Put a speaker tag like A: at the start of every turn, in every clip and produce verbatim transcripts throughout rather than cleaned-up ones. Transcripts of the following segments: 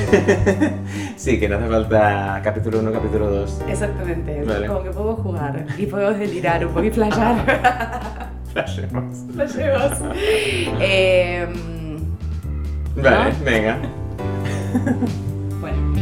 A: Sí, que no hace falta capítulo uno, capítulo dos.
B: Exactamente,
A: Vale.
B: como que podemos jugar y podemos delirar un poco y flashear.
A: Flashemos.
B: Flasheos. Eh,
A: Vale,
B: ¿no?
A: venga.
B: Bueno.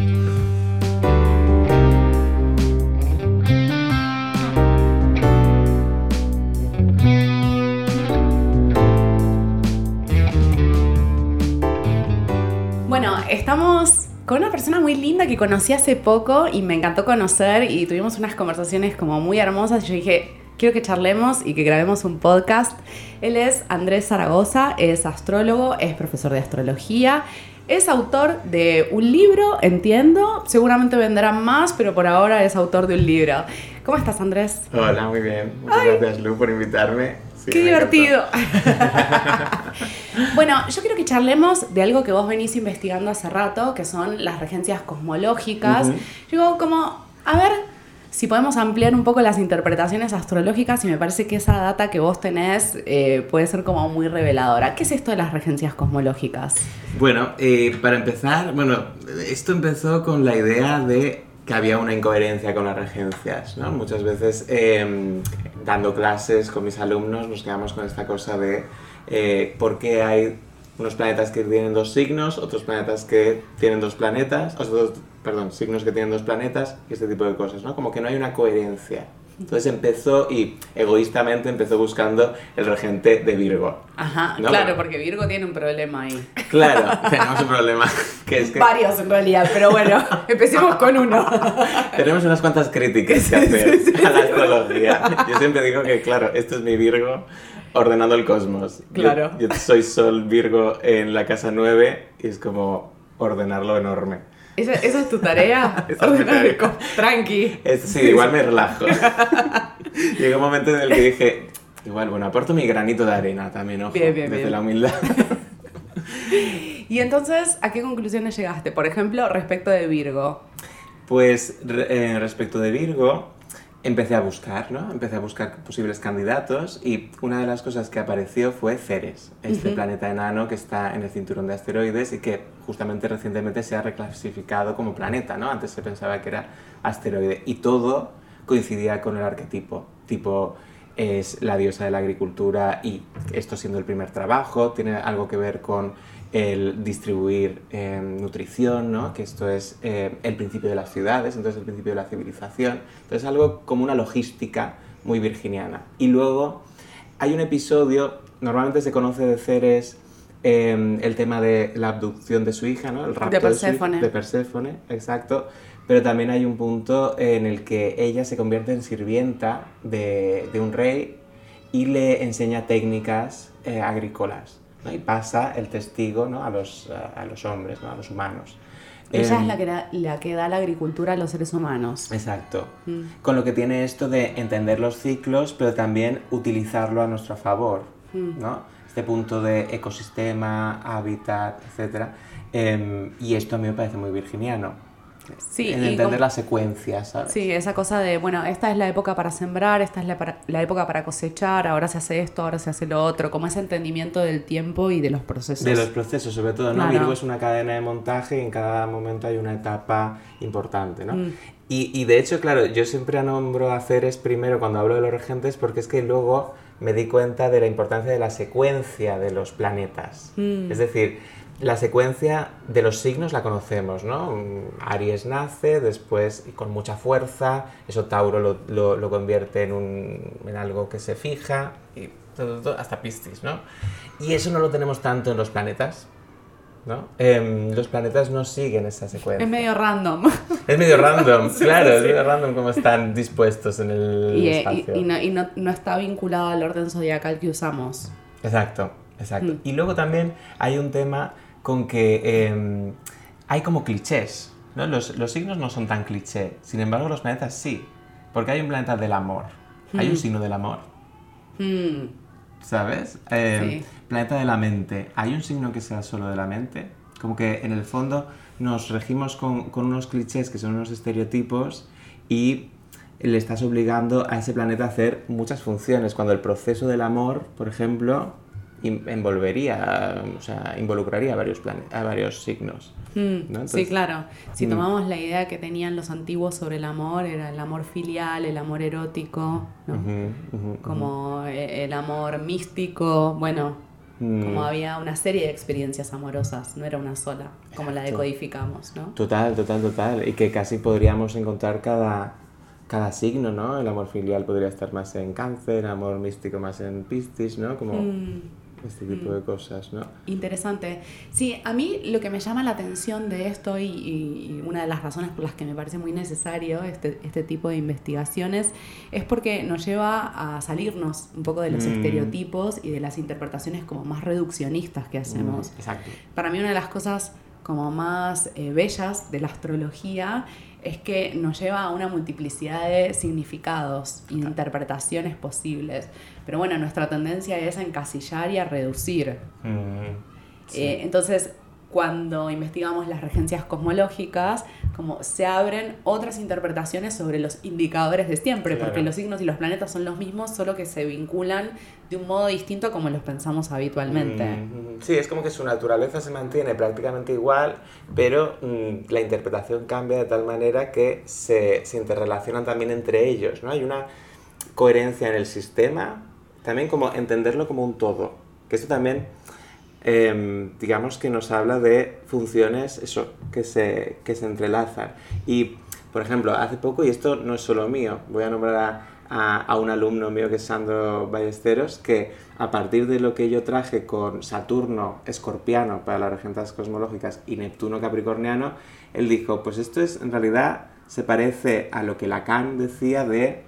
B: Bueno, estamos con una persona muy linda que conocí hace poco y me encantó conocer y tuvimos unas conversaciones como muy hermosas y yo dije, quiero que charlemos y que grabemos un podcast. Él es Andrés Zaragoza, es astrólogo, es profesor de astrología, es autor de un libro, entiendo, seguramente vendrán más, pero por ahora es autor de un libro. ¿Cómo estás, Andrés?
A: Hola, muy bien. Muchas
B: Ay.
A: gracias, Lu, por invitarme. Sí,
B: ¡Qué
A: me
B: divertido!
A: encantó.
B: Bueno, yo quiero que charlemos de algo que vos venís investigando hace rato, que son las regencias cosmológicas.
A: Uh-huh.
B: Digo, como, a ver si podemos ampliar un poco las interpretaciones astrológicas y me parece que esa data que vos tenés eh, puede ser como muy reveladora. ¿Qué es esto de las regencias cosmológicas?
A: Bueno, eh, para empezar, bueno, esto empezó con la idea de que había una incoherencia con las regencias, ¿no? Muchas veces eh, dando clases con mis alumnos nos quedamos con esta cosa de eh, por qué hay unos planetas que tienen dos signos, otros planetas que tienen dos planetas, o sea, dos, perdón, signos que tienen dos planetas y este tipo de cosas, ¿no? Como que no hay una coherencia. Entonces empezó y egoístamente empezó buscando el regente de Virgo.
B: Ajá,
A: ¿no?
B: claro, porque Virgo tiene un problema ahí.
A: Claro, tenemos un problema, que es que
B: Varios en realidad, pero bueno, empecemos con uno.
A: tenemos unas cuantas críticas que hacer a la astrología. Yo siempre digo que, claro, esto es mi Virgo ordenando el cosmos.
B: Claro.
A: Yo, yo soy Sol Virgo en la casa nueve y es como ordenarlo enorme.
B: ¿Esa, esa es tu tarea?
A: Esa es mi tarea.
B: Tranqui.
A: Es, sí, igual me relajo. Llegó un momento en el que dije, igual, bueno, aporto mi granito de arena también, ojo,
B: Bien, bien,
A: desde
B: bien.
A: la humildad.
B: Y entonces, ¿a qué conclusiones llegaste? Por ejemplo, respecto de Virgo.
A: Pues re- eh, respecto de Virgo, empecé a buscar, ¿no? Empecé a buscar posibles candidatos y una de las cosas que apareció fue Ceres, este
B: Uh-huh.
A: planeta enano que está en el cinturón de asteroides y que justamente recientemente se ha reclasificado como planeta, ¿no? Antes se pensaba que era asteroide y todo coincidía con el arquetipo, tipo es la diosa de la agricultura y esto siendo el primer trabajo, tiene algo que ver con el distribuir eh, nutrición, ¿no? Que esto es eh, el principio de las ciudades, entonces el principio de la civilización, entonces algo como una logística muy virginiana. Y luego hay un episodio, normalmente se conoce de Ceres eh, el tema de la abducción de su hija, ¿no? El rapto
B: De
A: su hija-
B: Perséfone.
A: de Perséfone, exacto, pero también hay un punto en el que ella se convierte en sirvienta de, de un rey y le enseña técnicas eh, agrícolas, ¿no? Y pasa el testigo, ¿no? a, los, a, a los hombres, ¿no? A los humanos.
B: Ella
A: Em,
B: es la que, da, la que da la agricultura a los seres humanos.
A: Exacto.
B: Mm.
A: Con lo que tiene esto de entender los ciclos, pero también utilizarlo a nuestro favor,
B: Mm.
A: ¿no? Este punto de ecosistema, hábitat, etcétera. Em, y esto a mí me parece muy virginiano.
B: Sí,
A: en
B: y
A: entender
B: como-
A: la secuencia, ¿sabes?
B: Sí, esa cosa de, bueno, esta es la época para sembrar, esta es la, para- la época para cosechar, ahora se hace esto, ahora se hace lo otro, como ese entendimiento del tiempo y de los procesos.
A: De los procesos, sobre todo, ¿no?
B: Claro.
A: Virgo es una cadena de montaje y en cada momento hay una etapa importante, ¿no?
B: Mm.
A: Y, y de hecho, claro, yo siempre nombro a Ceres primero cuando hablo de los regentes porque es que luego me di cuenta de la importancia de la secuencia de los planetas.
B: Mm.
A: Es decir, la secuencia de los signos la conocemos, ¿no? Aries nace, después y con mucha fuerza, eso Tauro lo, lo, lo convierte en, un, en algo que se fija, y todo, todo, hasta Piscis, ¿no? Y eso no lo tenemos tanto en los planetas, ¿no? Eh, los planetas no siguen esa secuencia.
B: Es medio random.
A: Es medio random,
B: Sí,
A: claro,
B: sí,
A: es
B: sí.
A: medio random cómo están dispuestos en el
B: y, eh,
A: espacio.
B: y, y, no, y no, no está vinculado al orden zodiacal que usamos.
A: Exacto, exacto.
B: Mm.
A: Y luego también hay un tema con que eh, hay como clichés, ¿no? Los, los signos no son tan cliché, sin embargo los planetas sí, porque hay un planeta del amor, hay un
B: Mm.
A: signo del amor,
B: Mm.
A: ¿sabes? Eh,
B: Sí.
A: Planeta de la mente, hay un signo que sea solo de la mente, como que en el fondo nos regimos con, con unos clichés que son unos estereotipos y le estás obligando a ese planeta a hacer muchas funciones, cuando el proceso del amor, por ejemplo, envolvería, o sea, involucraría a varios, plane- a varios signos.
B: Mm,
A: ¿no? Entonces,
B: sí, claro. Si
A: mm.
B: tomamos la idea que tenían los antiguos sobre el amor, era el amor filial, el amor erótico, ¿no?
A: Uh-huh, uh-huh,
B: como uh-huh. el amor místico, bueno, mm. como había una serie de experiencias amorosas, no era una sola, como Exacto. La decodificamos, ¿no?
A: Total, total, total. Y que casi podríamos encontrar cada, cada signo, ¿no? El amor filial podría estar más en Cáncer, el amor místico más en Piscis, ¿no? Como... Mm. Este tipo de cosas, ¿no?
B: Interesante. Sí, a mí lo que me llama la atención de esto y, y, y una de las razones por las que me parece muy necesario este, este tipo de investigaciones es porque nos lleva a salirnos un poco de los mm. estereotipos y de las interpretaciones como más reduccionistas que hacemos.
A: Mm, exacto.
B: Para mí una de las cosas como más eh, bellas de la astrología es que nos lleva a una multiplicidad de significados e interpretaciones posibles. Pero bueno, nuestra tendencia es a encasillar y a reducir. Mm, sí. eh, entonces, cuando investigamos las regencias cosmológicas, como se abren otras interpretaciones sobre los indicadores de siempre, claro. Porque los signos y los planetas son los mismos, solo que se vinculan de un modo distinto a como los pensamos habitualmente.
A: Mm, sí, es como que su naturaleza se mantiene prácticamente igual, pero mm, la interpretación cambia de tal manera que se, se interrelacionan también entre ellos, ¿no? Hay una coherencia en el sistema, también como entenderlo como un todo, que esto también... Eh, digamos que nos habla de funciones eso, que, se, que se entrelazan. Y, por ejemplo, hace poco, y esto no es solo mío, voy a nombrar a, a, a un alumno mío que es Sandro Ballesteros, que a partir de lo que yo traje con Saturno escorpiano para las regencias cosmológicas y Neptuno capricorniano, él dijo, pues esto es, en realidad se parece a lo que Lacan decía de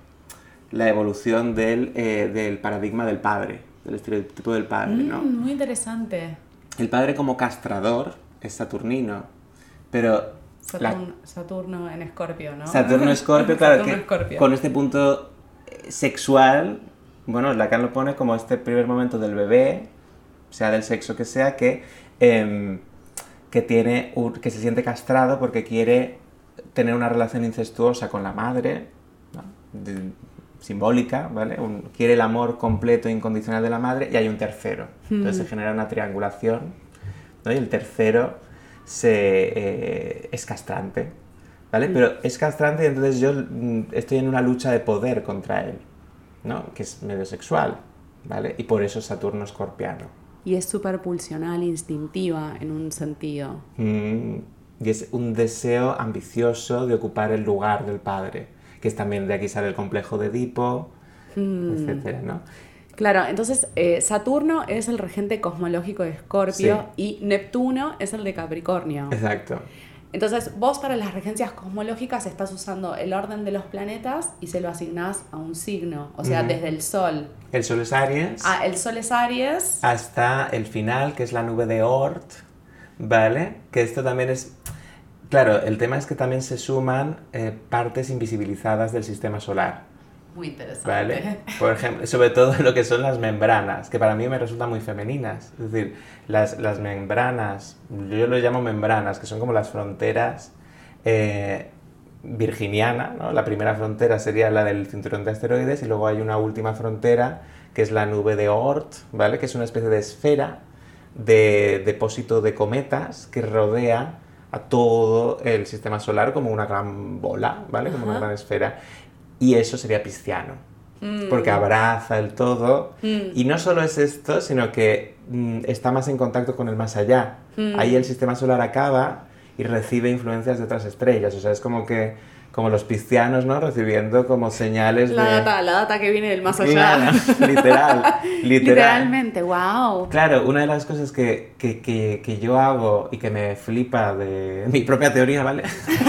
A: la evolución del, eh, del paradigma del padre. El estereotipo del padre, mm, ¿no?
B: Muy interesante.
A: El padre como castrador es saturnino, pero...
B: Saturn, la... Saturno en Escorpio, ¿no?
A: Saturno Escorpio, claro,
B: Saturno
A: que
B: Escorpio.
A: Con este punto sexual, bueno, Lacan lo pone como este primer momento del bebé, sea del sexo que sea, que, eh, que, tiene un, que se siente castrado porque quiere tener una relación incestuosa con la madre, ¿no? De, simbólica, ¿vale? Un, quiere el amor completo e incondicional de la madre y hay un tercero. Entonces mm. se genera una triangulación, ¿no? Y el tercero se, eh, es castrante, ¿vale? Mm. Pero es castrante y entonces yo mm, estoy en una lucha de poder contra él, ¿no? Que es medio sexual, ¿vale? Y por eso Saturno escorpiano.
B: Y es súper pulsional, instintiva en un sentido.
A: Mm, y es un deseo ambicioso de ocupar el lugar del padre, que es también de aquí sale el complejo de Edipo, hmm. etcétera, ¿no?
B: Claro, entonces eh, Saturno es el regente cosmológico de Escorpio sí. Y Neptuno es el de Capricornio.
A: Exacto.
B: Entonces vos para las regencias cosmológicas estás usando el orden de los planetas y se lo asignás a un signo, o sea, uh-huh. desde el Sol.
A: El Sol es Aries.
B: Ah, el Sol es Aries.
A: Hasta el final, que es la nube de Oort, ¿vale? Que esto también es... Claro, el tema es que también se suman eh, partes invisibilizadas del sistema solar.
B: Muy interesante.
A: ¿Vale? Por ejemplo, sobre todo lo que son las membranas, que para mí me resultan muy femeninas. Es decir, las, las membranas, yo lo llamo membranas, que son como las fronteras eh, virginiana, ¿no? La primera frontera sería la del cinturón de asteroides y luego hay una última frontera que es la nube de Oort, ¿vale? Que es una especie de esfera de depósito de cometas que rodea a todo el sistema solar como una gran bola, ¿vale? Como Ajá. una gran esfera. Y eso sería pisciano, mm. porque abraza el todo. Mm. Y no solo es esto, sino que mm, está más en contacto con el más allá. Mm. Ahí el sistema solar acaba y recibe influencias de otras estrellas. O sea, es como que como los piscianos, ¿no? Recibiendo como señales
B: la
A: de...
B: Data, la data que viene del más allá.
A: Claro, literal, literal.
B: Literalmente, wow.
A: Claro, una de las cosas que, que, que, que yo hago y que me flipa de mi propia teoría, ¿vale?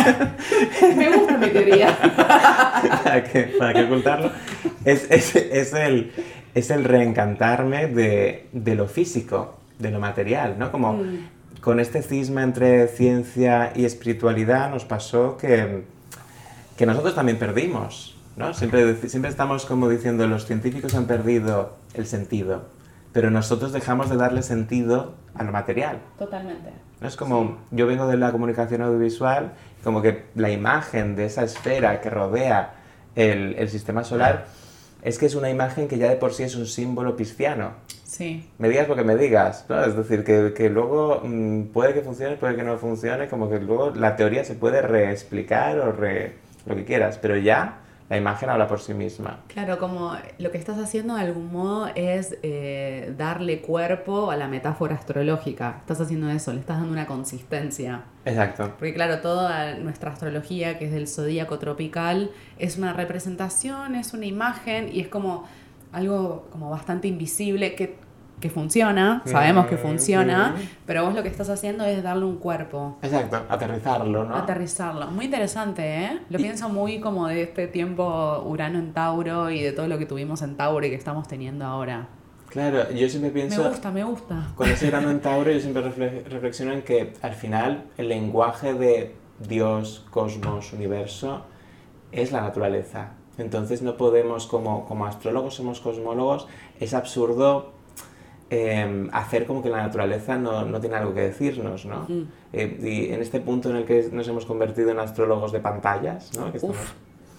B: Me gusta mi teoría.
A: ¿Para qué, para qué ocultarlo? Es, es, es, el, es el reencantarme de, de lo físico, de lo material, ¿no? Como mm. con este cisma entre ciencia y espiritualidad nos pasó que... que nosotros también perdimos, ¿no? Siempre, siempre estamos como diciendo, los científicos han perdido el sentido, pero nosotros dejamos de darle sentido a lo material.
B: Totalmente.
A: ¿No? Es como, sí. Yo vengo de la comunicación audiovisual, como que la imagen de esa esfera que rodea el, el sistema solar es que es una imagen que ya de por sí es un símbolo pisciano.
B: Sí.
A: Me digas lo que me digas, ¿no? Es decir, que, que luego mmm, puede que funcione, puede que no funcione, como que luego la teoría se puede reexplicar o re... lo que quieras, pero ya la imagen habla por sí misma.
B: Claro, como lo que estás haciendo de algún modo es eh, darle cuerpo a la metáfora astrológica. Estás haciendo eso, le estás dando una consistencia.
A: Exacto.
B: Porque claro, toda nuestra astrología, que es del zodíaco tropical, es una representación, es una imagen y es como algo como bastante invisible que, que funciona, sabemos que funciona,
A: Mm-hmm.
B: pero vos lo que estás haciendo es darle un cuerpo.
A: Exacto, aterrizarlo, ¿no?
B: Aterrizarlo. Muy interesante, ¿eh? Lo y... pienso muy como de este tiempo Urano en Tauro y de todo lo que tuvimos en Tauro y que estamos teniendo ahora.
A: Claro, yo siempre pienso...
B: Me gusta, me gusta.
A: Cuando estoy Urano en Tauro yo siempre reflexiono en que al final el lenguaje de Dios, cosmos, universo es la naturaleza. Entonces no podemos, como, como astrólogos somos cosmólogos, es absurdo eh, hacer como que la naturaleza no, no tiene algo que decirnos, ¿no? Mm. Eh, y en este punto en el que nos hemos convertido en astrólogos de pantallas, ¿no? Que estamos,
B: Uf.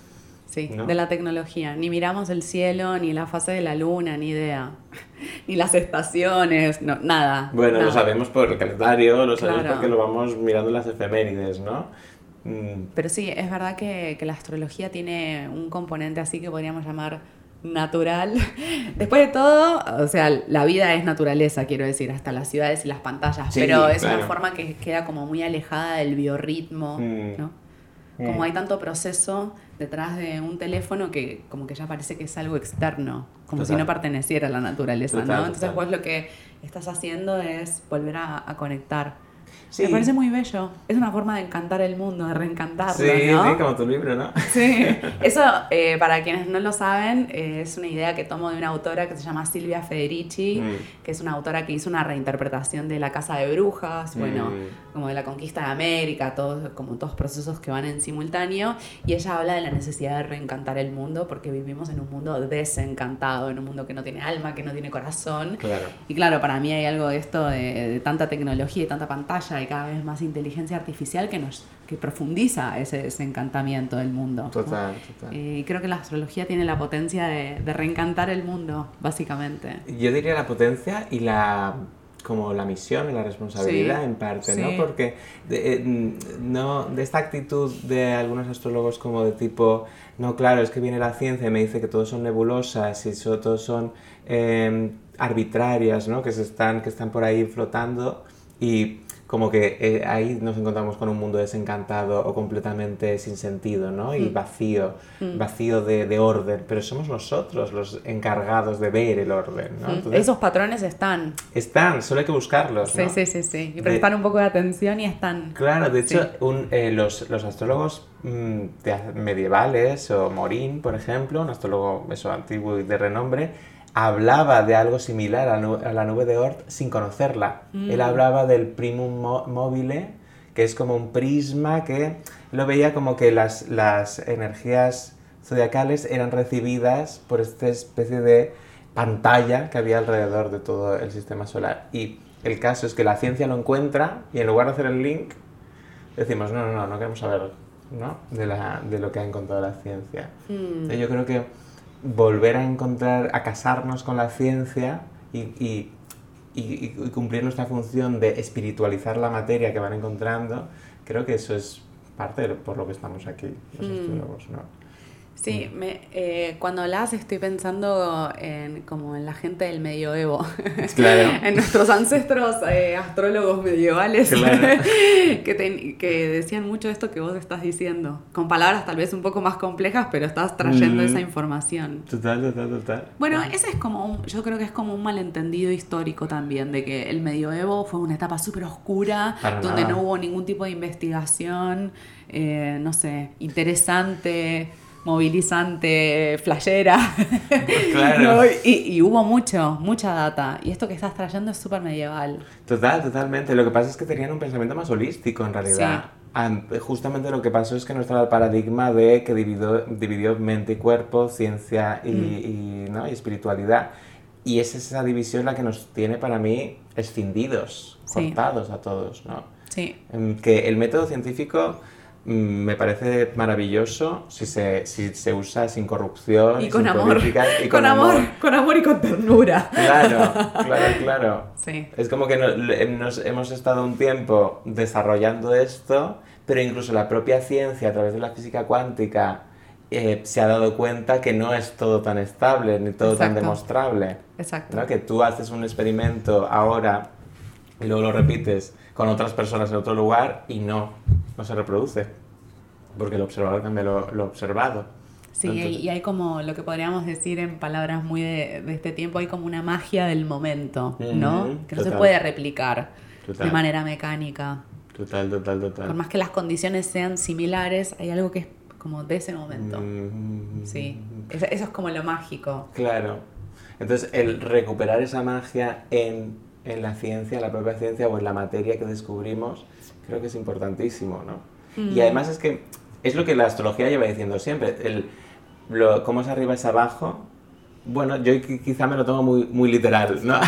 B: Sí,
A: ¿no?
B: De la tecnología. Ni miramos el cielo, ni la fase de la luna, ni idea. Ni las estaciones, no, nada.
A: Bueno,
B: nada.
A: Lo sabemos por el calendario, lo sabemos
B: claro.
A: porque lo vamos mirando en las efemérides, ¿no? Mm.
B: Pero sí, es verdad que, que la astrología tiene un componente así que podríamos llamar natural. Después de todo, o sea, la vida es naturaleza, quiero decir, hasta las ciudades y las pantallas,
A: sí,
B: pero es
A: claro.
B: una forma que queda como muy alejada del biorritmo, mm. ¿no? Como hay tanto proceso detrás de un teléfono que como que ya parece que es algo externo, como total. Si no perteneciera a la naturaleza, total, ¿no? Entonces total. Vos lo que estás haciendo es volver a, a conectar. Sí. Me parece muy bello. Es una forma de encantar el mundo, de reencantarlo,
A: sí,
B: ¿no?
A: Sí, como tu libro, ¿no?
B: Sí. Eso, eh, para quienes no lo saben, eh, es una idea que tomo de una autora que se llama Silvia Federici, mm. que es una autora que hizo una reinterpretación de La Casa de Brujas, mm. bueno, como de la conquista de América, todos, como todos procesos que van en simultáneo, y ella habla de la necesidad de reencantar el mundo porque vivimos en un mundo desencantado, en un mundo que no tiene alma, que no tiene corazón.
A: Claro.
B: Y claro, para mí hay algo de esto de, de tanta tecnología y tanta pantalla y cada vez más inteligencia artificial que nos que profundiza ese desencantamiento del mundo.
A: Total,
B: ¿no?
A: total.
B: Y creo que la astrología tiene la potencia de, de reencantar el mundo, básicamente.
A: Yo diría la potencia y la como la misión y la responsabilidad sí, en parte, sí. ¿no? Porque de, eh, no, de esta actitud de algunos astrólogos como de tipo, no, claro, es que viene la ciencia y me dice que todos son nebulosas y so, todos son eh, arbitrarias, ¿no? Que, se están, que están por ahí flotando y como que eh, ahí nos encontramos con un mundo desencantado o completamente sin sentido, ¿no? Y vacío, mm. vacío de, de orden, pero somos nosotros los encargados de ver el orden, ¿no?
B: Entonces, esos patrones están.
A: Están, solo hay que buscarlos,
B: sí,
A: ¿no?
B: Sí, sí, sí, y prestar de, un poco de atención y están.
A: Claro, de hecho,
B: sí.
A: un, eh, los, los astrólogos mmm, de, medievales, o Morín, por ejemplo, un astrólogo eso, antiguo y de renombre, hablaba de algo similar a, nu- a la nube de Oort sin conocerla. Mm. Él hablaba del primum mo- mobile, que es como un prisma que lo veía como que las, las energías zodiacales eran recibidas por esta especie de pantalla que había alrededor de todo el sistema solar. Y el caso es que la ciencia lo encuentra y en lugar de hacer el link, decimos, no, no, no, no queremos saber, ¿no? de, la, de lo que ha encontrado la ciencia. Mm. Entonces yo creo que volver a encontrar, a casarnos con la ciencia y, y, y, y cumplir nuestra función de espiritualizar la materia que van encontrando, creo que eso es parte de por lo que estamos aquí, los mm. astrólogos, ¿no?
B: Sí, me, eh, cuando hablas estoy pensando en, como en la gente del medioevo,
A: claro.
B: en nuestros ancestros eh, astrólogos medievales,
A: claro.
B: que, te, que decían mucho esto que vos estás diciendo, con palabras tal vez un poco más complejas, pero estás trayendo mm. esa información.
A: Total, total, total.
B: Bueno, ese es como, un, yo creo que es como un malentendido histórico también, de que el medioevo fue una etapa súper oscura,
A: Para
B: donde
A: nada.
B: no hubo ningún tipo de investigación, eh, no sé, interesante, movilizante, flashera.
A: Claro.
B: ¿No? y, y hubo mucho, mucha data. Y esto que estás trayendo es súper medieval.
A: Total, totalmente. Lo que pasa es que tenían un pensamiento más holístico en realidad. Sí. Justamente lo que pasó es que no estaba el paradigma de que dividió, dividió mente y cuerpo, ciencia y, mm. y, ¿no? y espiritualidad. Y es esa división la que nos tiene, para mí, escindidos, sí. cortados a todos, ¿no?
B: Sí.
A: Que el método científico me parece maravilloso si se, si se usa sin corrupción
B: y con
A: sin
B: amor.
A: políticas, y
B: con, con amor, amor, con amor y con ternura.
A: Claro, claro, claro.
B: Sí.
A: Es como que nos, nos hemos estado un tiempo desarrollando esto, pero incluso la propia ciencia, a través de la física cuántica, eh, se ha dado cuenta que no es todo tan estable ni todo
B: Exacto.
A: tan demostrable.
B: Exacto.
A: ¿No? Que tú haces un experimento ahora y luego lo repites con otras personas en otro lugar y no, no se reproduce, porque el observador también lo, lo ha observado.
B: Sí, Entonces, y hay como lo que podríamos decir en palabras muy de, de este tiempo, hay como una magia del momento, ¿no? Mm-hmm, que no total. se puede replicar total. de manera mecánica.
A: Total, total, total.
B: Por más que las condiciones sean similares, hay algo que es como de ese momento. Mm-hmm. Sí, eso, eso es como lo mágico.
A: Claro. Entonces, el recuperar esa magia en, en la ciencia, la propia ciencia o en la materia que descubrimos, creo que es importantísimo, ¿no? Mm. Y además es que es lo que la astrología lleva diciendo siempre, el, lo, cómo es arriba es abajo. Bueno, yo quizá me lo tomo muy, muy literal, ¿no?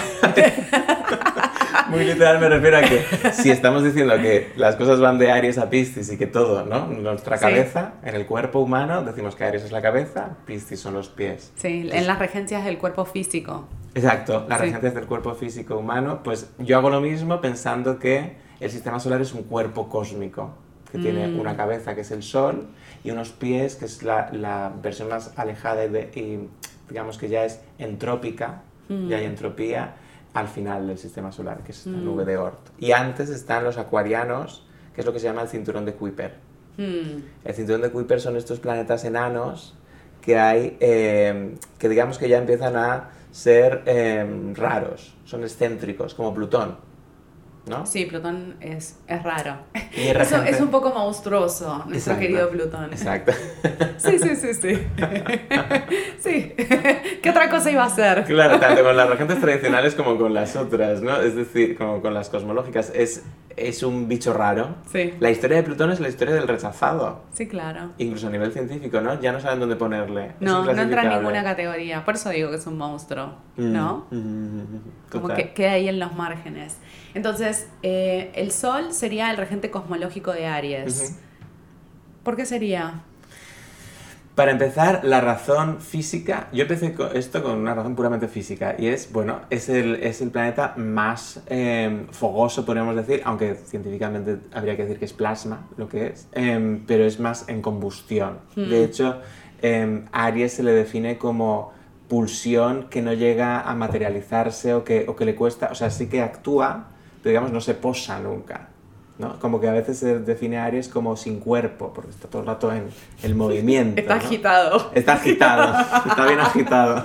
A: Muy literal me refiero a que si estamos diciendo que las cosas van de Aries a Piscis y que todo, ¿no? Nuestra cabeza, sí. en el cuerpo humano, decimos que Aries es la cabeza, Piscis son los pies.
B: Sí, Entonces, en las regencias del cuerpo físico.
A: Exacto, las sí. regencias del cuerpo físico humano, pues yo hago lo mismo pensando que el sistema solar es un cuerpo cósmico, que mm. tiene una cabeza que es el Sol y unos pies que es la, la versión más alejada de, y digamos que ya es entrópica, mm. ya hay entropía al final del sistema solar, que es esta mm. nube de Oort. Y antes están los acuarianos, que es lo que se llama el cinturón de Kuiper. Mm. El cinturón de Kuiper son estos planetas enanos que hay, eh, que digamos que ya empiezan a ser eh, raros, son excéntricos, como Plutón, ¿no?
B: Sí, Plutón es, es raro.
A: Y es,
B: Eso, es un poco monstruoso, nuestro exacto, querido Plutón.
A: Exacto.
B: Sí, sí, sí, sí. Sí. ¿Qué otra cosa iba a ser?
A: Claro, tanto con las regentes tradicionales como con las otras, ¿no? Es decir, como con las cosmológicas. Es, es un bicho raro.
B: Sí.
A: La historia de Plutón es la historia del rechazado.
B: Sí, claro.
A: Incluso a nivel científico, ¿no? Ya no saben dónde ponerle.
B: No, no entra en ninguna categoría. Por eso digo que es un monstruo, ¿no? Mm, mm, como que queda ahí en los márgenes. Entonces, eh, el Sol sería el regente cosmológico de Aries. Uh-huh. ¿Por qué sería?
A: Para empezar, la razón física, yo empecé con esto con una razón puramente física, y es, bueno, es el, es el planeta más eh, fogoso, podríamos decir, aunque científicamente habría que decir que es plasma, lo que es, eh, pero es más en combustión. Hmm. De hecho, eh, Aries se le define como pulsión que no llega a materializarse o que, o que le cuesta, o sea, sí que actúa, pero digamos no se posa nunca, ¿no? Como que a veces se define a Aries como sin cuerpo, porque está todo el rato en el movimiento.
B: Está,
A: ¿no?
B: agitado.
A: Está agitado. Está bien agitado.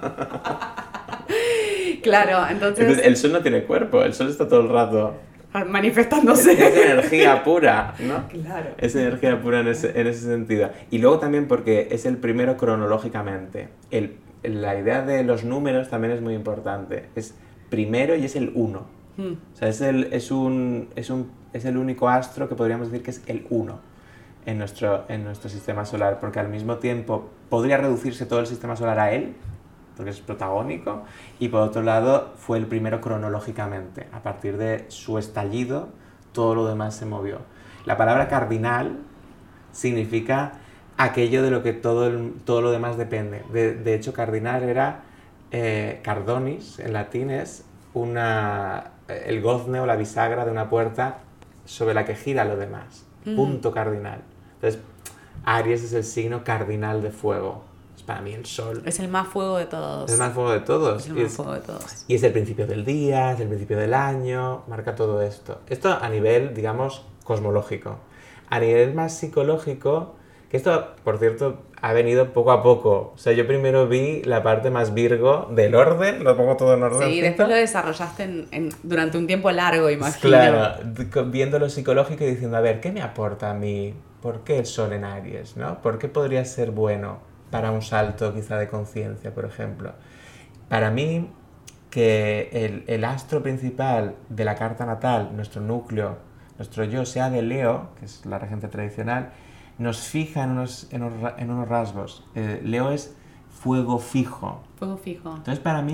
B: Claro, entonces...
A: entonces... El Sol no tiene cuerpo, el Sol está todo el rato...
B: manifestándose.
A: Es, es energía pura, ¿no?
B: Claro.
A: Es energía pura en ese, en ese sentido. Y luego también porque es el primero cronológicamente. El, la idea de los números también es muy importante. Es primero y es el uno. Hmm. O sea, es el, es, un, es, un, es el único astro que podríamos decir que es el uno en nuestro, en nuestro sistema solar, porque al mismo tiempo podría reducirse todo el sistema solar a él, porque es protagónico, y por otro lado fue el primero cronológicamente. A partir de su estallido, todo lo demás se movió. La palabra cardinal significa aquello de lo que todo, el, todo lo demás depende. De, de hecho, cardinal era eh, cardonis, en latín es una... el gozne o la bisagra de una puerta sobre la que gira lo demás. Mm. Punto cardinal. Entonces, Aries es el signo cardinal de fuego. Es para mí el Sol.
B: Es el más fuego de todos.
A: Es el más fuego de todos.
B: Es el más
A: y es,
B: fuego de todos.
A: Y es el principio del día, es el principio del año, marca todo esto. Esto a nivel, digamos, cosmológico. A nivel más psicológico, que esto, por cierto, ha venido poco a poco. O sea, yo primero vi la parte más Virgo del orden, lo pongo todo en orden.
B: Sí, después lo desarrollaste en, en, durante un tiempo largo, imagino.
A: Claro, viendo lo psicológico y diciendo, a ver, ¿qué me aporta a mí? ¿Por qué el Sol en Aries, no? ¿Por qué podría ser bueno para un salto quizá de conciencia, por ejemplo? Para mí, que el, el astro principal de la carta natal, nuestro núcleo, nuestro yo, sea de Leo, que es la regente tradicional, nos fija en unos, en unos, en unos rasgos. Eh, Leo es fuego fijo.
B: Fuego fijo.
A: Entonces, para mí,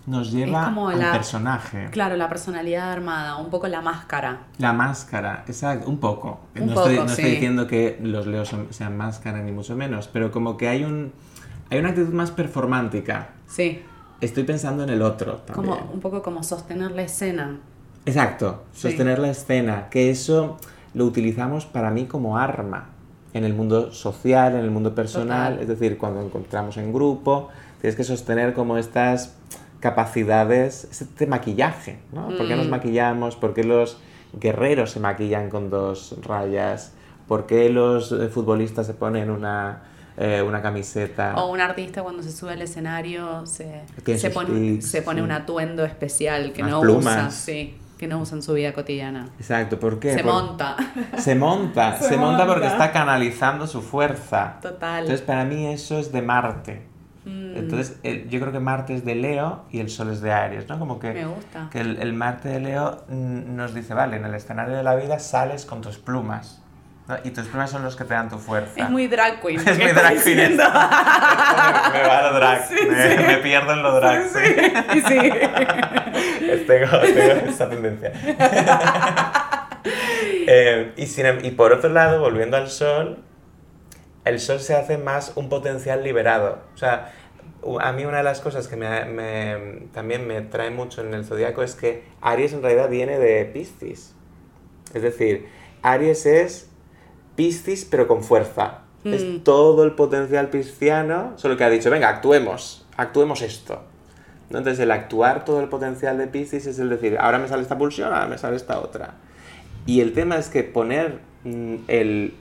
A: nos lleva
B: Es como
A: al
B: la-
A: personaje.
B: Claro, la personalidad armada, un poco la máscara.
A: La máscara, exacto, un poco.
B: Un
A: no estoy,
B: poco,
A: no estoy
B: sí.
A: diciendo que los leos son- sean máscara ni mucho menos, pero como que hay un hay una actitud más performática.
B: Sí,
A: Estoy pensando en el otro también.
B: como, un poco como sostener la escena.
A: Exacto,
B: Sí.
A: sostener la escena, que eso lo utilizamos para mí como arma en el mundo social, en el mundo personal,
B: Total.
A: es decir, cuando encontramos en grupo, tienes que sostener como estas capacidades, este maquillaje, ¿no? ¿Por qué nos
B: Mm.
A: maquillamos? ¿Por qué los guerreros se maquillan con dos rayas? ¿Por qué los eh, futbolistas se ponen una, eh, una camiseta?
B: O un artista cuando se sube al escenario se,
A: Tiene
B: se,
A: sus
B: pone,
A: tics,
B: se pone
A: sí.
B: un atuendo especial que
A: Unas
B: no
A: plumas.
B: usa, sí, que no usa en su vida cotidiana.
A: Exacto, ¿por qué?
B: Se
A: Por-
B: monta.
A: Se monta, se,
B: Se
A: monta porque
B: monta.
A: está canalizando su fuerza.
B: Total.
A: Entonces, para mí eso es de Marte.
B: Mm,
A: Entonces, el- yo creo que Marte es de Leo y el Sol es de Aries, ¿no? Como que,
B: me gusta.
A: que el, el Marte de Leo mm, nos dice, vale, en el escenario de la vida sales con tus plumas, ¿no? Y tus plumas son los que te dan tu fuerza.
B: Es muy drag queen.
A: Es muy
B: ¿qué
A: drag
B: estás
A: queen.
B: diciendo?
A: me, me va lo drag,
B: Sí,
A: me,
B: sí.
A: me pierdo en lo drag.
B: Sí, sí. sí.
A: tengo, tengo esa tendencia. Eh, y, sin em- y por otro lado, volviendo al Sol, el Sol se hace más un potencial liberado. O sea, u- a mí una de las cosas que me, me- también me trae mucho en el zodiaco es que Aries en realidad viene de Piscis. Es decir, Aries es Piscis pero con fuerza.
B: Mm.
A: Es todo el potencial pisciano, solo que ha dicho, venga, actuemos, actuemos esto. ¿No? Entonces el actuar todo el potencial de Piscis es el decir, ahora me sale esta pulsión, ahora me sale esta otra. Y el tema es que poner mm, el,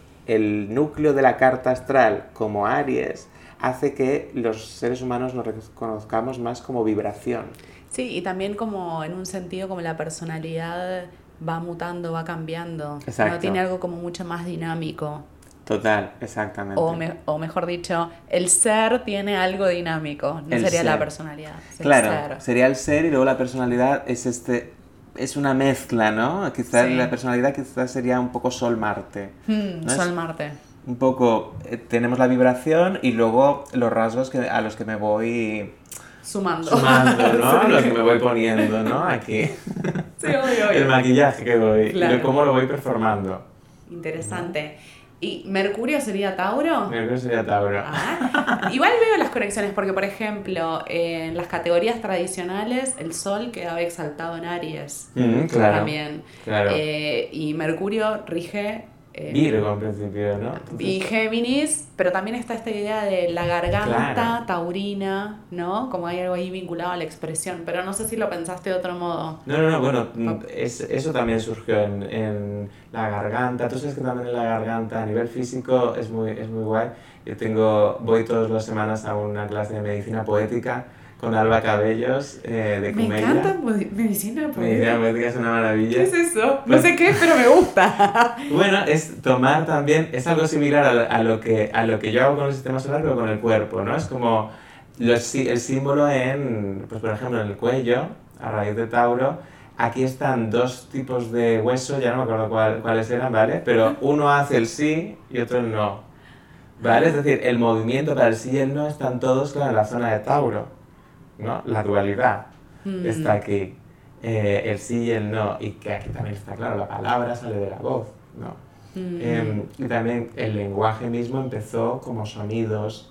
A: el núcleo de la carta astral como Aries hace que los seres humanos nos reconozcamos más como vibración.
B: Sí, y también como en un sentido como la personalidad va mutando, va cambiando.
A: Exacto.
B: No tiene algo como mucho más dinámico.
A: Total, exactamente.
B: O, me- o mejor dicho, el ser tiene algo dinámico. No
A: El
B: sería la
A: ser.
B: personalidad. es el
A: Claro,
B: ser.
A: sería el ser y luego la personalidad es este es una mezcla, ¿no? Quizás
B: Sí.
A: la personalidad quizás sería un poco Sol-Marte.
B: Hmm,
A: ¿no? Es
B: Sol Marte.
A: un poco, eh, tenemos la vibración y luego los rasgos que, a los que me voy
B: Sumando.
A: sumando, ¿no?
B: Sí.
A: Los que me voy poniendo, ¿no? Aquí.
B: Sí, obvio, obvio.
A: El maquillaje que voy,
B: Claro.
A: y cómo lo voy performando.
B: Interesante. ¿Y Mercurio sería Tauro?
A: Creo que sería Tauro.
B: Ah, igual veo las conexiones porque, por ejemplo, en las categorías tradicionales, el Sol quedaba exaltado en Aries.
A: Mm, claro.
B: También.
A: Claro.
B: Eh, y Mercurio rige... eh,
A: Virgo en principio, ¿no?
B: y Géminis, pero también está esta idea de la garganta
A: Claro.
B: taurina, ¿no? Como hay algo ahí vinculado a la expresión, pero no sé si lo pensaste de otro modo.
A: No, no, no, bueno, mm, es, eso también surgió en, en la garganta. Tú sabes que también en la garganta, a nivel físico, es muy, es muy guay. Yo tengo, voy todas las semanas a una clase de medicina poética con Alba Cabellos, eh, de
B: Me
A: Comella.
B: encanta modi- medicina
A: Medicina
B: poética.
A: poética es una maravilla.
B: ¿Qué es eso? No
A: Pues-
B: sé qué es, pero me gusta.
A: Bueno, es tomar también, es algo similar a, a, lo que, a lo que yo hago con el sistema solar, pero con el cuerpo, ¿no? Es como los sí- el símbolo en, pues por ejemplo, en el cuello, a raíz de Tauro, aquí están dos tipos de hueso, ya no me acuerdo cuál- cuáles eran, ¿vale? Pero uno hace el sí y otro el no, ¿vale? Es decir, el movimiento para el sí y el no están todos, claro, en la zona de Tauro, ¿no? La dualidad
B: Mm.
A: está aquí. Eh, el sí y el no, y que aquí también está claro, la palabra sale de la voz, ¿no?
B: Mm.
A: Eh, y también el lenguaje mismo empezó como sonidos,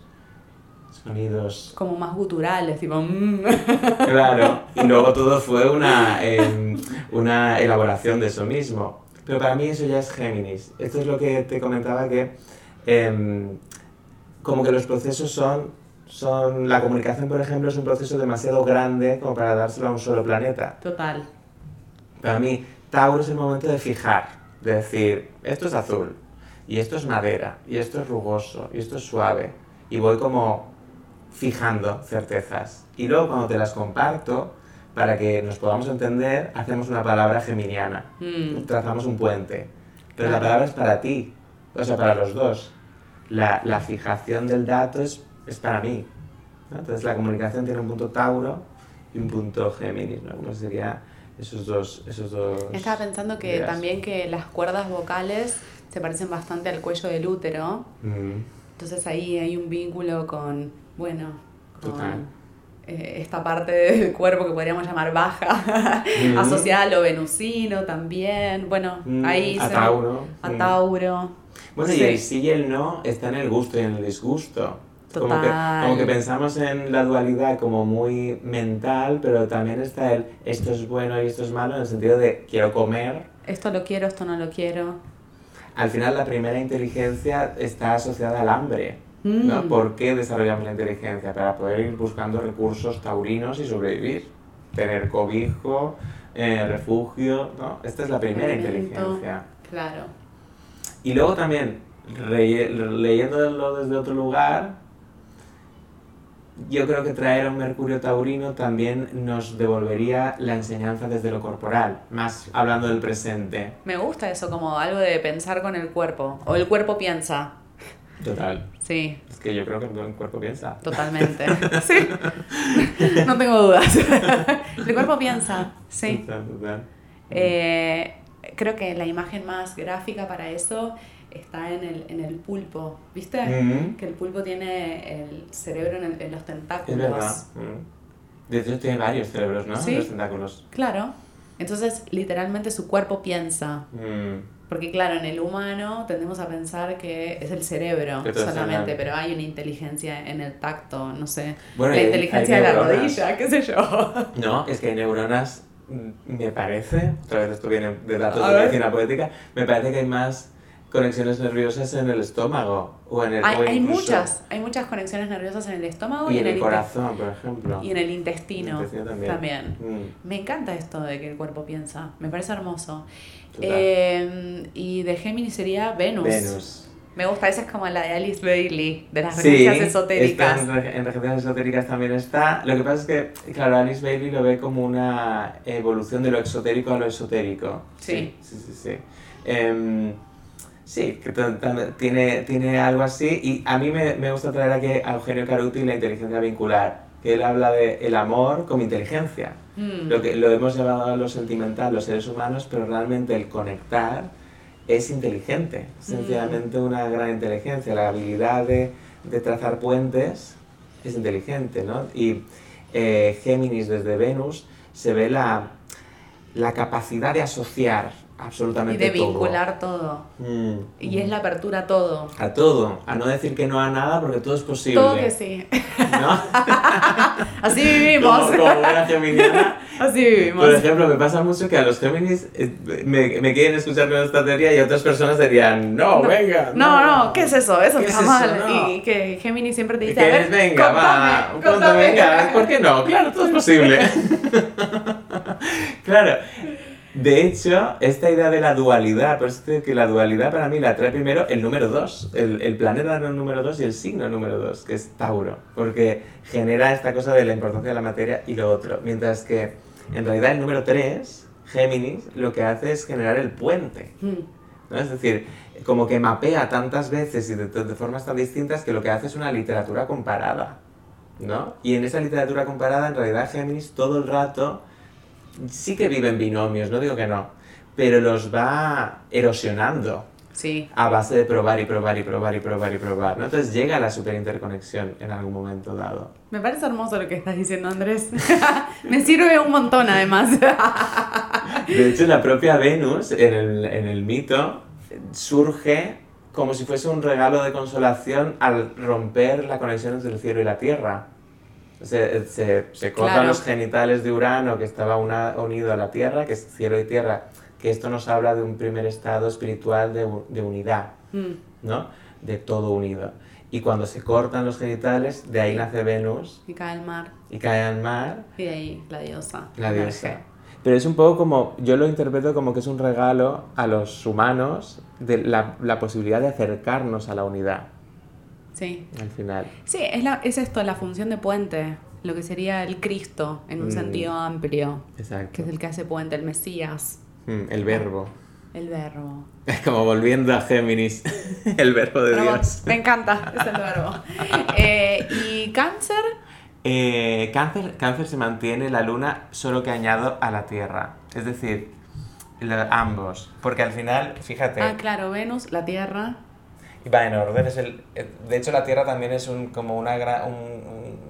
A: sonidos,
B: Como más guturales, tipo... mm.
A: claro, y luego todo fue una, eh, una elaboración de eso mismo. Pero para mí eso ya es Géminis. Esto es lo que te comentaba que eh, como que los procesos son, son, la comunicación por ejemplo es un proceso demasiado grande como para dárselo a un solo planeta.
B: Total.
A: Para mí, Tauro es el momento de fijar, de decir, esto es azul, y esto es madera, y esto es rugoso, y esto es suave, y voy como fijando certezas. Y luego cuando te las comparto, para que nos podamos entender, hacemos una palabra geminiana,
B: Mm.
A: trazamos un puente, pero la
B: Claro.
A: palabra es para ti, o sea, para los dos. La, la fijación del dato es, es para mí, ¿no? Entonces la comunicación tiene un punto Tauro y un punto Géminis, ¿no? Como sería esos dos, esos dos
B: Estaba pensando que
A: ideas.
B: también que las cuerdas vocales se parecen bastante al cuello del útero.
A: Mm,
B: Entonces ahí hay un vínculo con, bueno, con
A: Total.
B: eh, esta parte del cuerpo que podríamos llamar baja,
A: Mm.
B: asociada a lo venusino también. Bueno,
A: Mm,
B: ahí
A: a
B: se-
A: Tauro.
B: A
A: Mm.
B: Tauro.
A: Bueno,
B: Sí.
A: y el sí y el no está en el gusto y en el disgusto. Como que,
B: Total.
A: como que pensamos en la dualidad como muy mental, pero también está el esto es bueno y esto es malo en el sentido de quiero comer.
B: Esto lo quiero, esto no lo quiero.
A: Al final la primera inteligencia está asociada al hambre, ¿no?
B: Mm.
A: ¿Por qué desarrollamos la inteligencia? Para poder ir buscando recursos taurinos y sobrevivir. Tener cobijo, eh, refugio, ¿no? Esta es la primera
B: Alimento.
A: inteligencia.
B: Claro.
A: Y luego también, re- leyéndolo desde otro lugar, yo creo que traer a un Mercurio taurino también nos devolvería la enseñanza desde lo corporal, más hablando del presente.
B: Me gusta eso, como algo de pensar con el cuerpo. O el cuerpo piensa.
A: Total.
B: Sí,
A: Es que yo creo que el cuerpo piensa.
B: totalmente. Sí. No tengo dudas. El cuerpo piensa. Sí.
A: Total, total.
B: Eh, creo que la imagen más gráfica para eso está en el, en el pulpo. ¿Viste?
A: Mm,
B: Que el pulpo tiene el cerebro en, el- en los
A: es
B: tentáculos.
A: verdad. Mm. De hecho tiene varios cerebros, ¿no?
B: Sí.
A: Los tentáculos.
B: Claro. Entonces, literalmente su cuerpo piensa.
A: Mm.
B: Porque claro, en el humano tendemos a pensar que es el cerebro
A: Que todo es
B: solamente,
A: cerebral.
B: pero hay una inteligencia en el tacto, no sé,
A: Bueno,
B: la
A: y hay-
B: inteligencia
A: hay
B: de la
A: neuronas.
B: rodilla, qué sé yo.
A: No, es que hay neuronas, mm, me parece, otra vez esto viene de datos
B: A
A: de
B: ver.
A: medicina poética, me parece que hay más conexiones nerviosas en el estómago o en el
B: Hay,
A: o
B: hay
A: incluso-
B: muchas, hay muchas conexiones nerviosas en el estómago y,
A: y en el
B: inte-
A: corazón, por ejemplo.
B: y en el intestino,
A: El intestino también.
B: también.
A: Mm,
B: Me encanta esto de que el cuerpo piensa, me parece hermoso.
A: total.
B: Eh, y de Géminis sería Venus.
A: Venus.
B: Me gusta, esa es como la de Alice Bailey, de las
A: Sí,
B: referencias
A: está
B: esotéricas.
A: en, re- en referencias esotéricas también está. Lo que pasa es que, claro, Alice Bailey lo ve como una evolución de lo exotérico a lo esotérico.
B: Sí.
A: Sí, sí, sí. sí. Em, sí, que t- t- tiene, tiene algo así. Y a mí me, me gusta traer aquí a Eugenio Caruti la inteligencia vincular, que él habla de el amor como inteligencia.
B: Mm.
A: Lo que lo hemos llevado a lo sentimental los seres humanos, pero realmente el conectar es inteligente,
B: Mm.
A: sencillamente una gran inteligencia. La habilidad de, de trazar puentes es inteligente, ¿no? Y eh, Géminis desde Venus se ve la, la capacidad de asociar
B: Y
A: absolutamente
B: de
A: todo.
B: vincular todo.
A: Mm.
B: Y es la apertura a todo.
A: A todo, a no decir que no a nada porque todo es posible.
B: Todo que sí.
A: ¿No?
B: Así vivimos.
A: Como, como buena geminiana.
B: Así vivimos.
A: Por ejemplo, me pasa mucho que a los Géminis eh, me, me quieren escuchar con esta teoría y otras personas dirían, no, venga.
B: No, no, ¿qué es eso? Eso
A: ¿Qué
B: está
A: es
B: mal.
A: eso? No.
B: Y que Géminis siempre te
A: Y
B: dice,
A: que
B: a ver,
A: es, venga, va,
B: contame,
A: pronto,
B: contame.
A: venga, ¿por qué no? Claro, todo es posible. Claro. De hecho, esta idea de la dualidad, por eso te digo que la dualidad para mí la trae primero el número dos, el, el planeta número dos y el signo número dos, que es Tauro, porque genera esta cosa de la importancia de la materia y lo otro, mientras que en realidad el número tres, Géminis, lo que hace es generar el puente,
B: Mm.
A: ¿no? Es decir, como que mapea tantas veces y de, de formas tan distintas que lo que hace es una literatura comparada, ¿no? Y en esa literatura comparada, en realidad Géminis todo el rato sí que vive en binomios, no digo que no, pero los va erosionando
B: Sí.
A: a base de probar y probar y probar y probar y probar, ¿no? Entonces llega la superinterconexión en algún momento dado.
B: Me parece hermoso lo que estás diciendo, Andrés. Me sirve un montón, además.
A: De hecho, la propia Venus, en el, en el mito, surge como si fuese un regalo de consolación al romper la conexión entre el cielo y la tierra. Se, se, se cortan
B: Claro.
A: los genitales de Urano, que estaba una, unido a la tierra, que es cielo y tierra, que esto nos habla de un primer estado espiritual de, u- de unidad,
B: Mm.
A: ¿no? De todo unido. Y cuando se cortan los genitales, de ahí nace Venus
B: Y cae el mar.
A: y cae al mar
B: Y de ahí la diosa.
A: la
B: emerge.
A: diosa. Pero es un poco como, yo lo interpreto como que es un regalo a los humanos de la, la posibilidad de acercarnos a la unidad,
B: Sí.
A: al final.
B: Sí, es, la, es esto, la función de puente. Lo que sería el Cristo en un
A: Mm.
B: sentido amplio.
A: Exacto.
B: Que es el que hace puente, el Mesías.
A: Mm, el verbo.
B: El verbo.
A: Es como volviendo a Géminis, el verbo de
B: Verbo,
A: Dios.
B: me encanta, es el verbo. Eh, ¿Y cáncer?
A: Eh, cáncer, cáncer se mantiene la luna solo que añado a la Tierra. Es decir, lo- ambos. Porque al final, fíjate,
B: Ah, claro, Venus, la Tierra.
A: va en orden. Es el, eh, de hecho, la Tierra también es un, como una gra- un, un-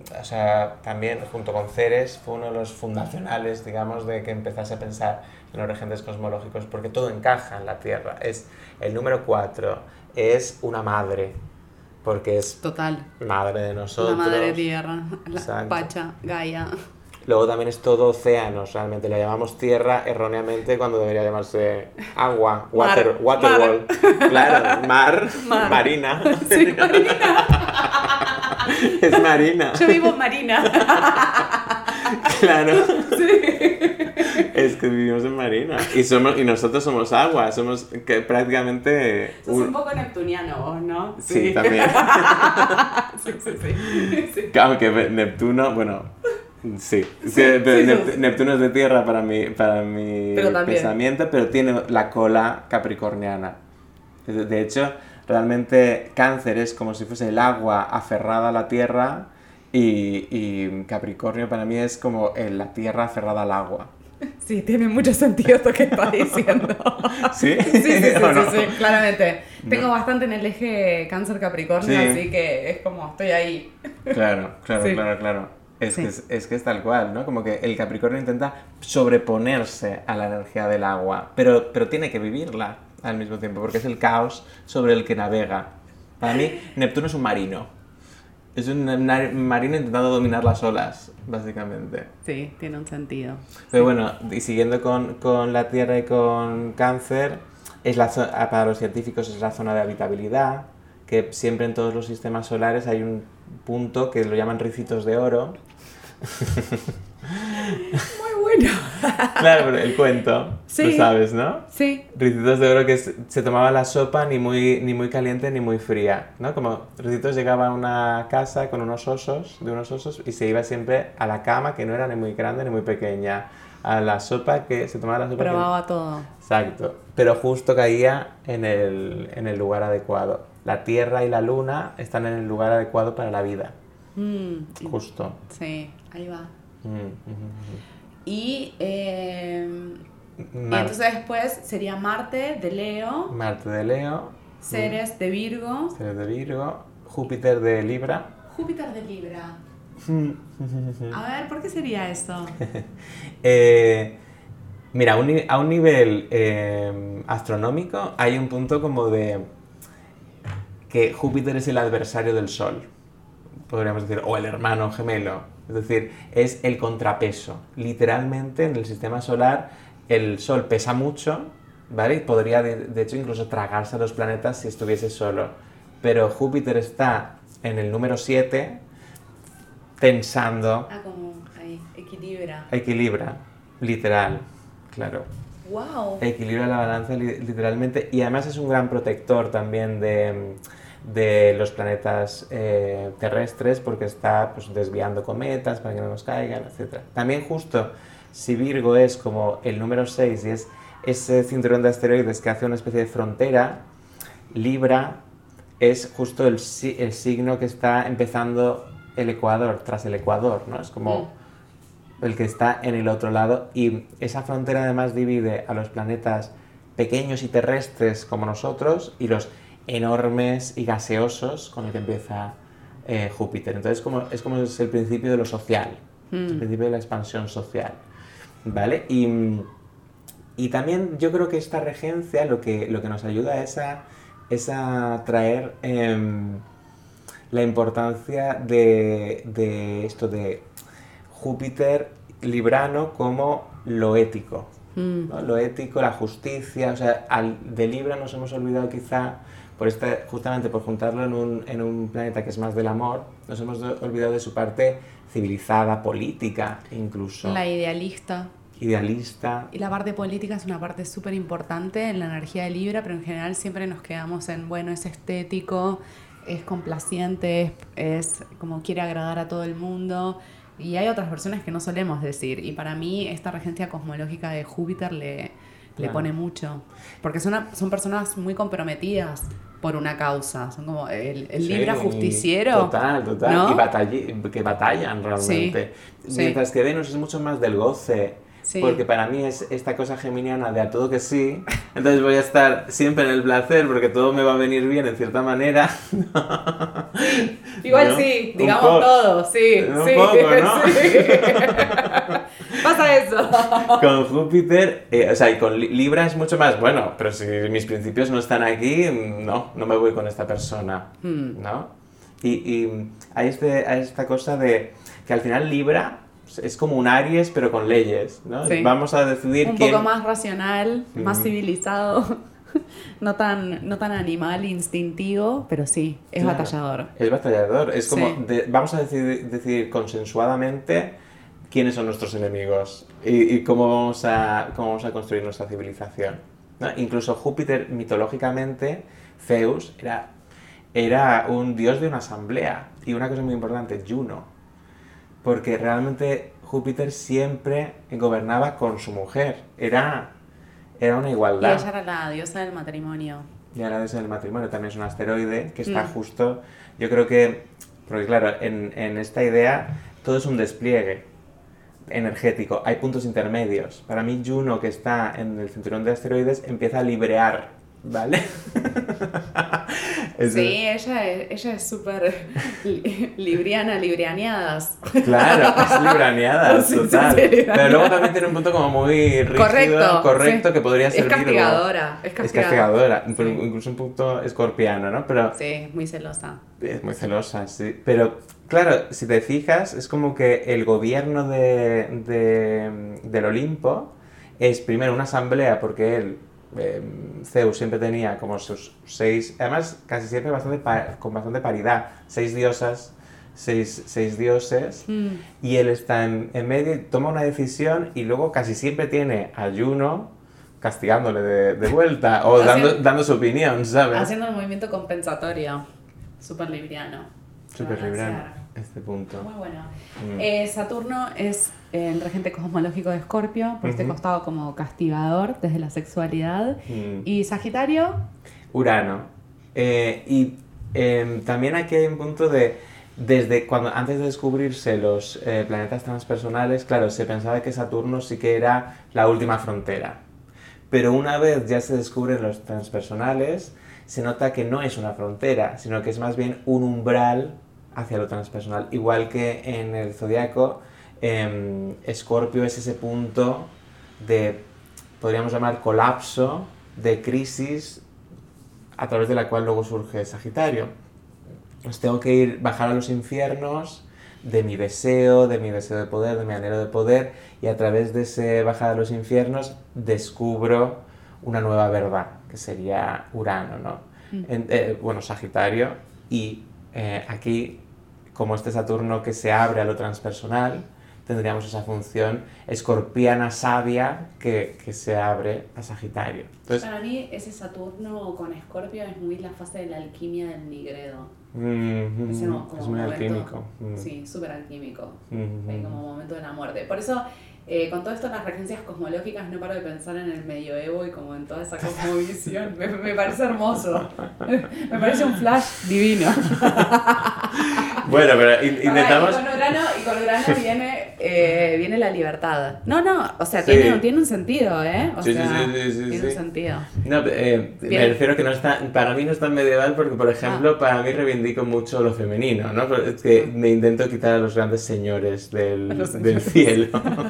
A: o sea, también junto con Ceres fue uno de los fundacionales, digamos, de que empezase a pensar en los regentes cosmológicos, porque todo encaja en la Tierra. Es el número cuatro, es una madre, porque es
B: Total.
A: madre de nosotros.
B: La madre tierra, la
A: Exacto.
B: Pacha, Gaia.
A: Luego también es todo océanos, realmente. La llamamos tierra erróneamente cuando debería llamarse agua, water,
B: Mar,
A: waterwall.
B: mar.
A: Claro, mar,
B: Mar.
A: marina.
B: Sí, Marina.
A: Es marina.
B: Yo vivo en Marina.
A: Claro.
B: Sí.
A: Es que vivimos en marina. Y, somos, y nosotros somos agua, somos que prácticamente...
B: Sos un poco neptuniano vos, ¿no?
A: Sí, también.
B: Sí, sí, sí. Sí.
A: Claro que Neptuno, bueno... Sí,
B: Sí,
A: que
B: sí,
A: Nept-
B: sí.
A: Neptuno es de tierra para mi, para mi
B: Pero también.
A: pensamiento, pero tiene la cola capricorniana. De de hecho, realmente Cáncer es como si fuese el agua aferrada a la tierra y, y Capricornio para mí es como el- la tierra aferrada al agua.
B: Sí, tiene mucho sentido esto que estás diciendo.
A: ¿Sí?
B: Sí, sí, sí,
A: ¿O no?
B: sí, sí, claramente.
A: No.
B: Tengo bastante en el eje Cáncer-Capricornio,
A: Sí.
B: así que es como, estoy ahí.
A: Claro, claro,
B: Sí.
A: claro, claro. Es,
B: Sí.
A: que es, es que es tal cual, ¿no? Como que el Capricornio intenta sobreponerse a la energía del agua, pero, pero tiene que vivirla al mismo tiempo, porque es el caos sobre el que navega. Para mí, Neptuno es un marino. Es un na- marino intentando dominar las olas, básicamente.
B: Sí, tiene un sentido.
A: Pero bueno, y siguiendo con, con la Tierra y con Cáncer, es la zo- para los científicos es la zona de habitabilidad, que siempre en todos los sistemas solares hay un punto que lo llaman ricitos de oro.
B: Muy bueno.
A: Claro, pero el cuento,
B: Sí.
A: lo sabes, ¿no?
B: Sí,
A: Ricitos de oro que es- se tomaba la sopa ni muy, ni muy caliente ni muy fría, ¿no? Como Ricitos llegaba a una casa con unos osos, de unos osos, y se iba siempre a la cama, que no era ni muy grande ni muy pequeña, a la sopa que se tomaba la sopa que...
B: probaba todo.
A: Exacto, pero justo caía en el, en el lugar adecuado. La Tierra y la Luna están en el lugar adecuado para la vida,
B: Mm,
A: justo.
B: sí, ahí va.
A: Mm, mm,
B: Y, eh,
A: mm.
B: y
A: Mar-
B: entonces después sería Marte de Leo,
A: Marte de Leo,
B: Ceres de Virgo,
A: Ceres de Virgo, Júpiter de Libra.
B: Júpiter de Libra. A ver, ¿por qué sería eso?
A: Eh, mira, a un, ni- a un nivel eh, astronómico hay un punto como de que Júpiter es el adversario del Sol, podríamos decir, o el hermano gemelo, es decir, es el contrapeso. Literalmente en el sistema solar el Sol pesa mucho, ¿vale? Y podría de, de hecho incluso tragarse a los planetas si estuviese solo, pero Júpiter está en el número siete tensando,
B: Ah, como ahí, equilibra.
A: equilibra, literal, claro.
B: ¡Wow!
A: Equilibra la balanza li- literalmente y además es un gran protector también de, de los planetas eh, terrestres porque está pues, desviando cometas para que no nos caigan, etcétera. También justo si Virgo es como el número seis y es ese cinturón de asteroides que hace una especie de frontera, Libra es justo el, si- el signo que está empezando el ecuador, tras el ecuador, ¿no? Es como el que está en el otro lado y esa frontera además divide a los planetas pequeños y terrestres como nosotros y los enormes y gaseosos con el que empieza eh, Júpiter. Entonces como, es como es el principio de lo social, es el principio de la expansión social, ¿vale? Y, y también yo creo que esta regencia lo que, lo que nos ayuda es a, es a traer em, la importancia de, de esto de Júpiter librano como lo ético,
B: Mm.
A: ¿no? Lo ético, la justicia, o sea, al, de Libra nos hemos olvidado quizá, por esta, justamente por juntarlo en un, en un planeta que es más del amor, nos hemos do- olvidado de su parte civilizada, política incluso,
B: La idealista.
A: idealista.
B: Y la parte política es una parte súper importante en la energía de Libra, pero en general siempre nos quedamos en, bueno, es estético, es complaciente, es, es como quiere agradar a todo el mundo. Y hay otras versiones que no solemos decir. Y para mí esta regencia cosmológica de Júpiter le, le
A: Claro.
B: pone mucho. Porque son, una- son personas muy comprometidas por una causa. Son como el, el Libra
A: Sí,
B: justiciero.
A: Total, total.
B: ¿no?
A: Y batalli- que batallan realmente.
B: Sí, sí.
A: Mientras que Venus es mucho más del goce,
B: Sí.
A: porque para mí es esta cosa geminiana de a todo que sí, entonces voy a estar siempre en el placer porque todo me va a venir bien en cierta manera.
B: Sí, igual
A: ¿no?
B: sí,
A: Un
B: digamos
A: po-
B: todo, sí,
A: un
B: sí,
A: poco, ¿no?
B: sí. Pasa eso.
A: Con Júpiter, eh, o sea, y con Li- Libra es mucho más, bueno, pero si mis principios no están aquí, no, no me voy con esta persona,
B: Hmm.
A: ¿no? Y, y hay, este, hay esta cosa de que al final Libra es como un Aries, pero con leyes, ¿no?
B: Sí.
A: Vamos a decidir
B: Un
A: quién...
B: poco más racional, más
A: Mm.
B: civilizado, no tan, no tan animal, instintivo, pero sí, es
A: Claro,
B: batallador.
A: Es batallador, es como,
B: Sí.
A: de- vamos a decidir, decidir consensuadamente quiénes son nuestros enemigos y, y cómo, vamos a, cómo vamos a construir nuestra civilización, ¿no? Incluso Júpiter, mitológicamente, Zeus, era, era un dios de una asamblea. Y una cosa muy importante, Juno, porque realmente Júpiter siempre gobernaba con su mujer, era, era una
B: Y
A: igualdad.
B: ella era la diosa del matrimonio.
A: Y ahora desde el matrimonio también es un asteroide que está
B: Mm.
A: justo, yo creo que, porque claro, en, en esta idea todo es un despliegue energético, hay puntos intermedios. Para mí Juno, que está en el cinturón de asteroides, empieza a librear, ¿vale? Eso-
B: Sí, ella es ella es súper li- libriana, librianeadas.
A: Claro, es libraneada,
B: Sí, sí,
A: total.
B: sí, libraneada.
A: Pero luego también tiene un punto como muy rígido,
B: Correcto,
A: correcto,
B: sí.
A: que podría
B: Es
A: ser Virgo.
B: castigadora, es
A: Es
B: castigadora.
A: castigadora, pero incluso un punto escorpiano, ¿no? Pero
B: Sí, muy celosa.
A: es muy celosa, sí. Pero, claro, si te fijas, es como que el gobierno de, de- del Olimpo es primero una asamblea, porque él, eh, Zeus, siempre tenía como sus seis, además casi siempre bastante pa- con bastante paridad, seis diosas, seis, seis dioses,
B: Mm.
A: y él está en, en medio y toma una decisión y luego casi siempre tiene a Juno castigándole de, de vuelta o dando,
B: Haciendo-
A: dando su opinión, ¿sabes?
B: Haciendo el movimiento compensatorio. Súper libriano.
A: Súper librano,
B: Balancear.
A: este punto.
B: Muy bueno.
A: Mm.
B: Eh, Saturno es el regente cosmológico de Escorpio, por este
A: Ujú.
B: costado como castigador desde la sexualidad.
A: Mm.
B: Y Sagitario,
A: Urano. Eh, y eh, también aquí hay un punto de, desde cuando, antes de descubrirse los eh, planetas transpersonales, claro, se pensaba que Saturno sí que era la última frontera. Pero una vez ya se descubren los transpersonales, se nota que no es una frontera, sino que es más bien un umbral hacia lo transpersonal. Igual que en el zodiaco, eh, Escorpio es ese punto de, podríamos llamar, colapso, de crisis, a través de la cual luego surge Sagitario. Pues tengo que ir, bajar a los infiernos de mi deseo, de mi deseo de poder, de mi anhelo de poder, y a través de ese bajar a los infiernos descubro una nueva verdad, que sería Urano, ¿no?
B: Mm.
A: En- eh, bueno, Sagitario, y eh, aquí, como este Saturno que se abre a lo transpersonal, tendríamos esa función escorpiana sabia que, que se abre a Sagitario. Entonces,
B: para mí ese Saturno con Escorpio es muy la fase de la alquimia del Nigredo.
A: mm,
B: Ese mo- como
A: es muy
B: momento-
A: alquímico. mm,
B: Sí, súper alquímico.
A: mm,
B: Hay como momento de la muerte. Por eso, eh, con todo esto, las regencias cosmológicas, no paro de pensar en el medioevo y como en toda esa cosmovisión. Me, me parece hermoso. Me parece un flash divino.
A: Bueno, pero in- intentamos...
B: Y con Urano, y con Urano viene, eh, viene la libertad. No, no, o sea,
A: Sí.
B: tiene, tiene un sentido, ¿eh? O
A: Sí, sí,
B: sea,
A: sí, sí, sí,
B: tiene
A: sí.
B: un sentido.
A: No, eh, me
B: Bien.
A: refiero que no está, para mí no es tan medieval porque, por ejemplo,
B: Ah.
A: para mí reivindico mucho lo femenino, ¿no? Pero es que me intento quitar a los grandes señores del,
B: A los
A: del
B: señores.
A: cielo.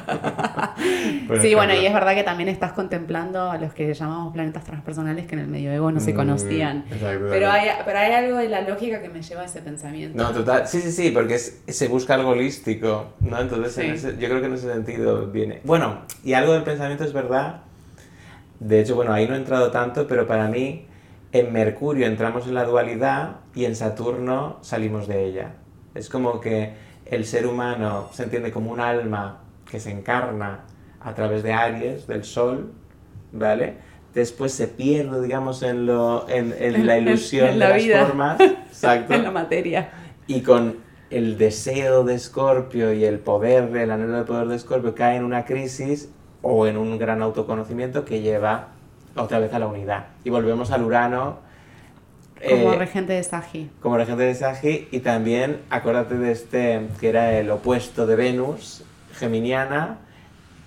A: Por
B: Sí, bueno,
A: ejemplo.
B: y es verdad que también estás contemplando a los que llamamos planetas transpersonales que en el medioevo no se
A: Mm,
B: conocían.
A: exacto,
B: Pero
A: exacto.
B: hay, pero hay algo de la lógica que me lleva a ese pensamiento.
A: No, total, sí, sí, sí, porque es- se busca algo holístico, ¿no? Entonces, en
B: Sí.
A: ese- yo creo que en ese sentido viene... Bueno, y algo del pensamiento es verdad, de hecho, bueno, ahí no he entrado tanto, pero para mí, en Mercurio entramos en la dualidad y en Saturno salimos de ella. Es como que el ser humano se entiende como un alma que se encarna a través de Aries, del Sol, ¿vale? Después se pierde, digamos, en, lo, en, en
B: En-
A: la
B: en-
A: ilusión
B: en la
A: de las
B: vida.
A: formas. Exacto.
B: En la materia.
A: Y con el deseo de Escorpio y el poder, el anhelo de poder de Escorpio cae en una crisis o en un gran autoconocimiento que lleva otra vez a la unidad. Y volvemos al Urano
B: Como
A: eh,
B: regente de Sagi.
A: como regente de Sagi, y también acuérdate de este que era el opuesto de Venus, geminiana, que,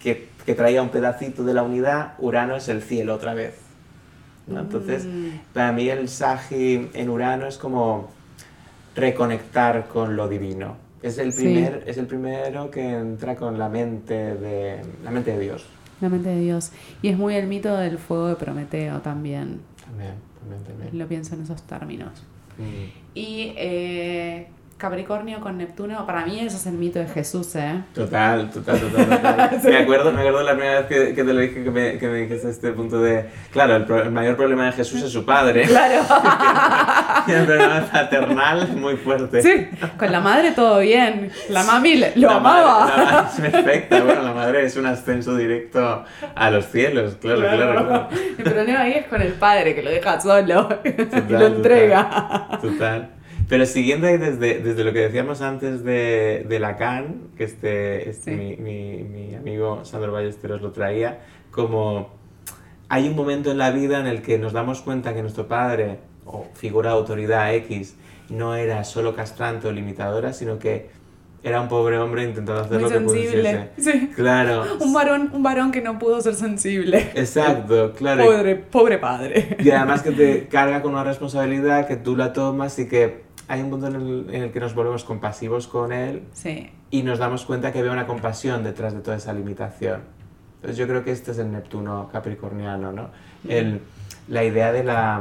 A: que traía un pedacito de la unidad, Urano es el cielo otra vez, ¿no? Entonces, mm. para mí el Saji en Urano es como reconectar con lo divino. Es el, primer, sí. es el primero que entra con la mente de, la mente de Dios.
B: La mente de Dios. Y es muy el mito del fuego de Prometeo también.
A: También, también, también.
B: Lo pienso en esos términos.
A: Mm.
B: Y eh, Capricornio con Neptuno, para mí eso es el mito de Jesús, ¿eh?
A: Total, total, total. total. sí. Me acuerdo, me acuerdo la primera vez que, que te lo dije, que me, que me dijiste este punto de... Claro, el, pro, el mayor problema de Jesús es su padre.
B: Claro.
A: Tiene un problema paternal muy fuerte.
B: Sí, con la madre todo bien. La mami lo
A: la
B: amaba.
A: Madre, la madre es perfecta. Bueno, la madre es un ascenso directo a los cielos, claro, claro, claro. claro.
B: El problema ahí es con el padre, que lo deja solo total, y lo entrega.
A: Total, total. Pero siguiendo ahí desde, desde lo que decíamos antes de, de Lacan, que este, este sí. mi, mi, mi amigo Sandro Ballesteros lo traía, como hay un momento en la vida en el que nos damos cuenta que nuestro padre o figura de autoridad X no era solo castrante o limitadora, sino que era un pobre hombre intentando hacer
B: muy
A: lo
B: sensible.
A: que pudiese.
B: Sí.
A: Claro.
B: Un varón, un varón que no pudo ser sensible.
A: Exacto, claro.
B: Pobre, pobre padre.
A: Y además que te carga con una responsabilidad que tú la tomas y que hay un punto en el, en el que nos volvemos compasivos con él.
B: Sí.
A: Y nos damos cuenta que había una compasión detrás de toda esa limitación. Entonces yo creo que este es el Neptuno capricorniano, ¿no? Mm. El, la idea de la...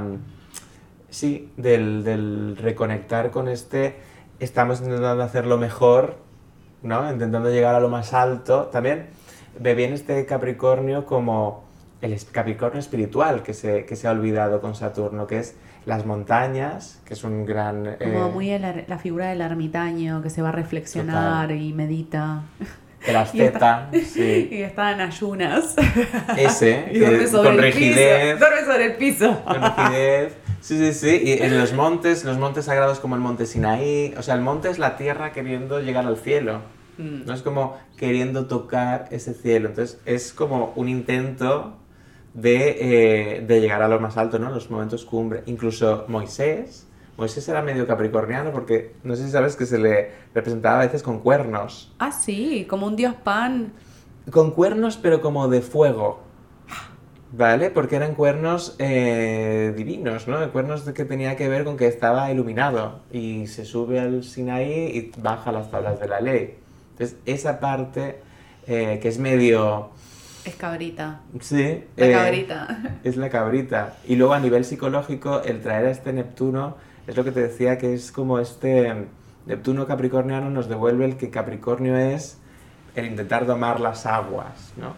A: Sí, del, del reconectar con este, estamos intentando hacerlo mejor, ¿no? Intentando llegar a lo más alto. También ve bien este Capricornio como el Capricornio espiritual que se, que se ha olvidado con Saturno, que es las montañas, que es un gran...
B: Como
A: eh,
B: muy el, la figura del ermitaño que se va a reflexionar total. Y medita.
A: El asceta,
B: y está,
A: sí.
B: Y está en ayunas.
A: Ese,
B: y duerme sobre
A: con
B: el
A: rigidez.
B: Piso. Duerme sobre el piso.
A: Con rigidez. Sí, sí, sí. Y en los montes, los montes sagrados como el monte Sinaí, o sea, el monte es la tierra queriendo llegar al cielo. Mm. No es como queriendo tocar ese cielo. Entonces, es como un intento de, eh, de llegar a lo más alto, ¿no? Los momentos cumbre. Incluso Moisés, Moisés era medio capricorniano porque, no sé si sabes que se le representaba a veces con cuernos.
B: Ah, sí, como un dios pan.
A: Con cuernos, pero como de fuego. ¿Vale? Porque eran cuernos eh, divinos, ¿no? Cuernos que tenía que ver con que estaba iluminado y se sube al Sinaí y baja las tablas de la ley. Entonces, esa parte eh, que es medio...
B: Es cabrita.
A: Sí.
B: La
A: eh,
B: cabrita.
A: Es la cabrita. Y luego a nivel psicológico, el traer a este Neptuno, es lo que te decía, que es como este Neptuno capricorniano nos devuelve el que Capricornio es el intentar domar las aguas, ¿no?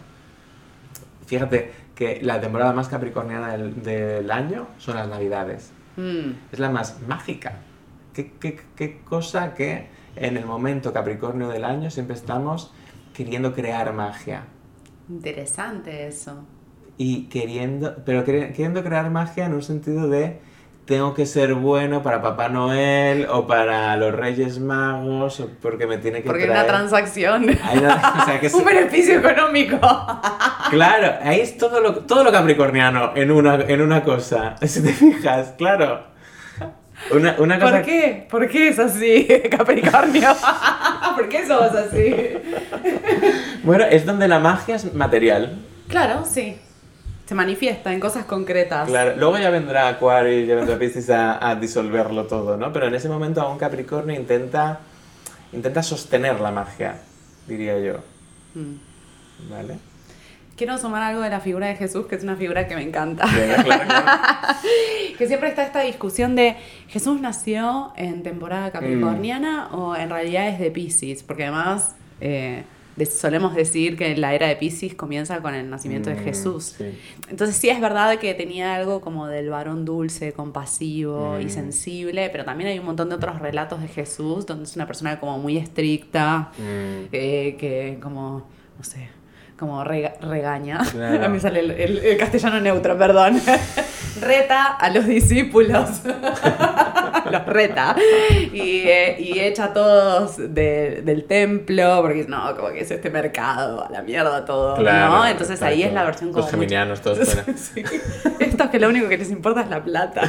A: Fíjate que la temporada más capricorniana del, del año son las Navidades. Mm. Es la más mágica. ¿Qué, qué, qué cosa que en el momento Capricornio del año siempre estamos queriendo crear magia.
B: Interesante eso.
A: Y queriendo, pero queriendo crear magia en un sentido de tengo que ser bueno para Papá Noel o para los Reyes Magos o porque me tiene que
B: porque
A: traer...
B: Porque una transacción.
A: Una, o sea, que es...
B: un beneficio económico.
A: Claro, ahí es todo lo, todo lo capricorniano en una, en una cosa. Si te fijas, claro. Una, una cosa...
B: ¿Por qué? ¿Por qué es así, Capricornio? ¿Por qué somos así?
A: Bueno, es donde la magia es material.
B: Claro, sí. Se manifiesta en cosas concretas.
A: Claro, luego ya vendrá Acuario y ya vendrá Piscis a, a disolverlo todo, ¿no? Pero en ese momento aún Capricornio intenta, intenta sostener la magia, diría yo. Mm. ¿Vale?
B: Quiero sumar algo de la figura de Jesús, que es una figura que me encanta.
A: Venga, claro, claro.
B: Que siempre está esta discusión de ¿Jesús nació en temporada capricorniana mm. o en realidad es de Piscis? Porque además... Eh, solemos decir que la era de Piscis comienza con el nacimiento mm, de Jesús. Sí. Entonces sí es verdad que tenía algo como del varón dulce, compasivo mm. y sensible, pero también hay un montón de otros relatos de Jesús donde es una persona como muy estricta, mm. eh, que como, no sé, como rega, regaña. Claro. A mí sale el, el, el castellano neutro, perdón. Reta a los discípulos. Los reta. Y, eh, y echa a todos de, del templo, porque no, como que es este mercado, a la mierda todo, claro, ¿no? Entonces exacto. Ahí es la versión como...
A: Los geminianos todos fuera.
B: Sí. Estos que lo único que les importa es la plata.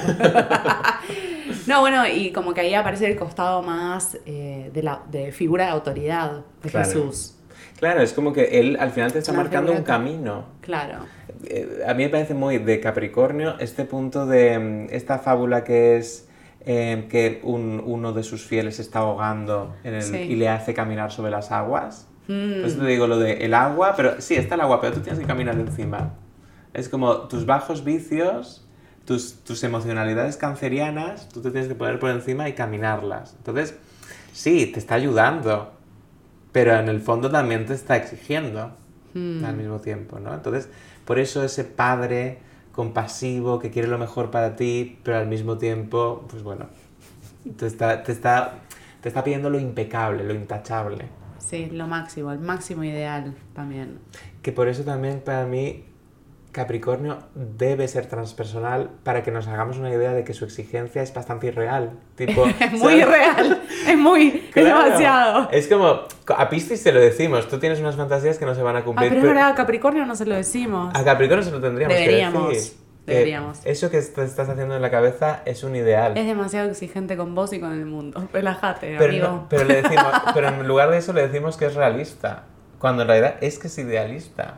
B: No, bueno, y como que ahí aparece el costado más eh, de la de figura de autoridad de claro. Jesús.
A: Claro, es como que él al final te está
B: Una
A: marcando un
B: figura que-
A: camino.
B: Claro.
A: Eh, A mí me parece muy de Capricornio este punto de mm, esta fábula que es eh, que un- uno de sus fieles se está ahogando en el-
B: Sí.
A: y le hace caminar sobre las aguas.
B: Mm.
A: Pues te digo lo de el agua, pero sí, está el agua, pero tú tienes que caminar encima. Es como tus bajos vicios, tus, tus emocionalidades cancerianas, tú te tienes que poner por encima y caminarlas. Entonces, sí, te está ayudando, pero en el fondo también te está exigiendo
B: Mm.
A: al mismo tiempo, ¿no? Entonces, por eso ese padre compasivo que quiere lo mejor para ti, pero al mismo tiempo, pues bueno, te está, te está, te está pidiendo lo impecable, lo intachable.
B: Sí, lo máximo, el máximo ideal también.
A: Que por eso también para mí Capricornio debe ser transpersonal para que nos hagamos una idea de que su exigencia es bastante irreal. Tipo,
B: Es muy
A: ¿sabes?
B: real, es muy,
A: Claro.
B: es demasiado.
A: Es como, a Piscis se lo decimos, tú tienes unas fantasías que no se van a
B: Ah,
A: cumplir.
B: pero es verdad, a Capricornio no se lo decimos.
A: A Capricornio se lo tendríamos
B: Deberíamos,
A: que decir. Que
B: deberíamos.
A: eso que te estás haciendo en la cabeza es un ideal.
B: Es demasiado exigente con vos y con el mundo. Relájate,
A: pero,
B: amigo.
A: no- pero, le decimos, pero en lugar de eso le decimos que es realista, cuando en realidad es que es idealista.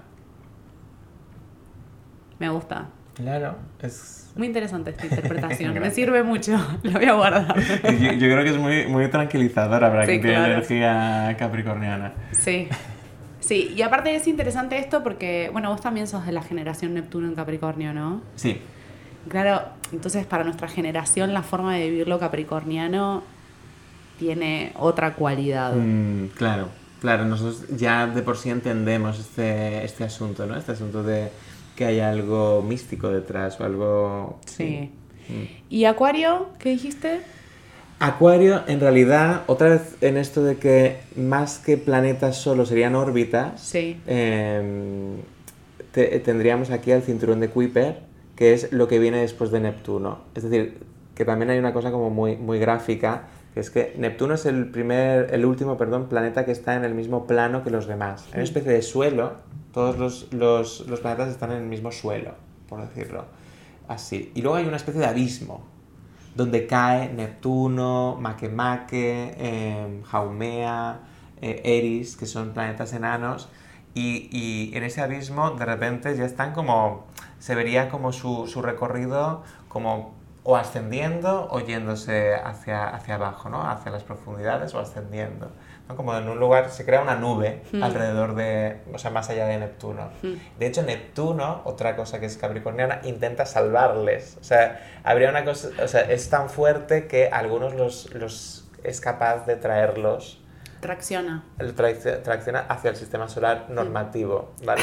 B: Me gusta.
A: Claro, es...
B: Muy interesante esta interpretación. Me
A: Gracias.
B: sirve mucho. La voy a guardar.
A: Yo, yo creo que es muy, muy tranquilizadora para
B: Sí,
A: quien tiene
B: claro.
A: energía capricorniana.
B: Sí. Sí, y aparte es interesante esto porque, bueno, vos también sos de la generación Neptuno en Capricornio, ¿no?
A: Sí,
B: Claro, entonces para nuestra generación la forma de vivir lo capricorniano tiene otra cualidad.
A: Mm, claro, claro, nosotros ya de por sí entendemos este, este asunto, ¿no? Este asunto de que hay algo místico detrás o algo...
B: Sí.
A: Mm.
B: ¿Y Acuario? ¿Qué dijiste?
A: Acuario, en realidad, otra vez en esto de que más que planetas solo serían órbitas,
B: Sí.
A: eh, te- tendríamos aquí al cinturón de Kuiper, que es lo que viene después de Neptuno. Es decir, que también hay una cosa como muy, muy gráfica, que es que Neptuno es el primer, el último, perdón, planeta que está en el mismo plano que los demás. Hay una especie de suelo, todos los, los, los planetas están en el mismo suelo, por decirlo así. Y luego hay una especie de abismo, donde cae Neptuno, Makemake, eh, Haumea, eh, Eris, que son planetas enanos, y, y en ese abismo de repente ya están como, se vería como su, su recorrido como o ascendiendo o yéndose hacia, hacia abajo, ¿no? Hacia las profundidades o ascendiendo, ¿no? Como en un lugar, se crea una nube
B: Mm.
A: alrededor de, o sea, más allá de Neptuno.
B: Mm.
A: De hecho, Neptuno, otra cosa que es capricorniana, intenta salvarles. O sea, habría una cosa, o sea, es tan fuerte que algunos los, los es capaz de traerlos,
B: Tracciona.
A: lo traic- tracciona hacia el sistema solar normativo, ¿vale?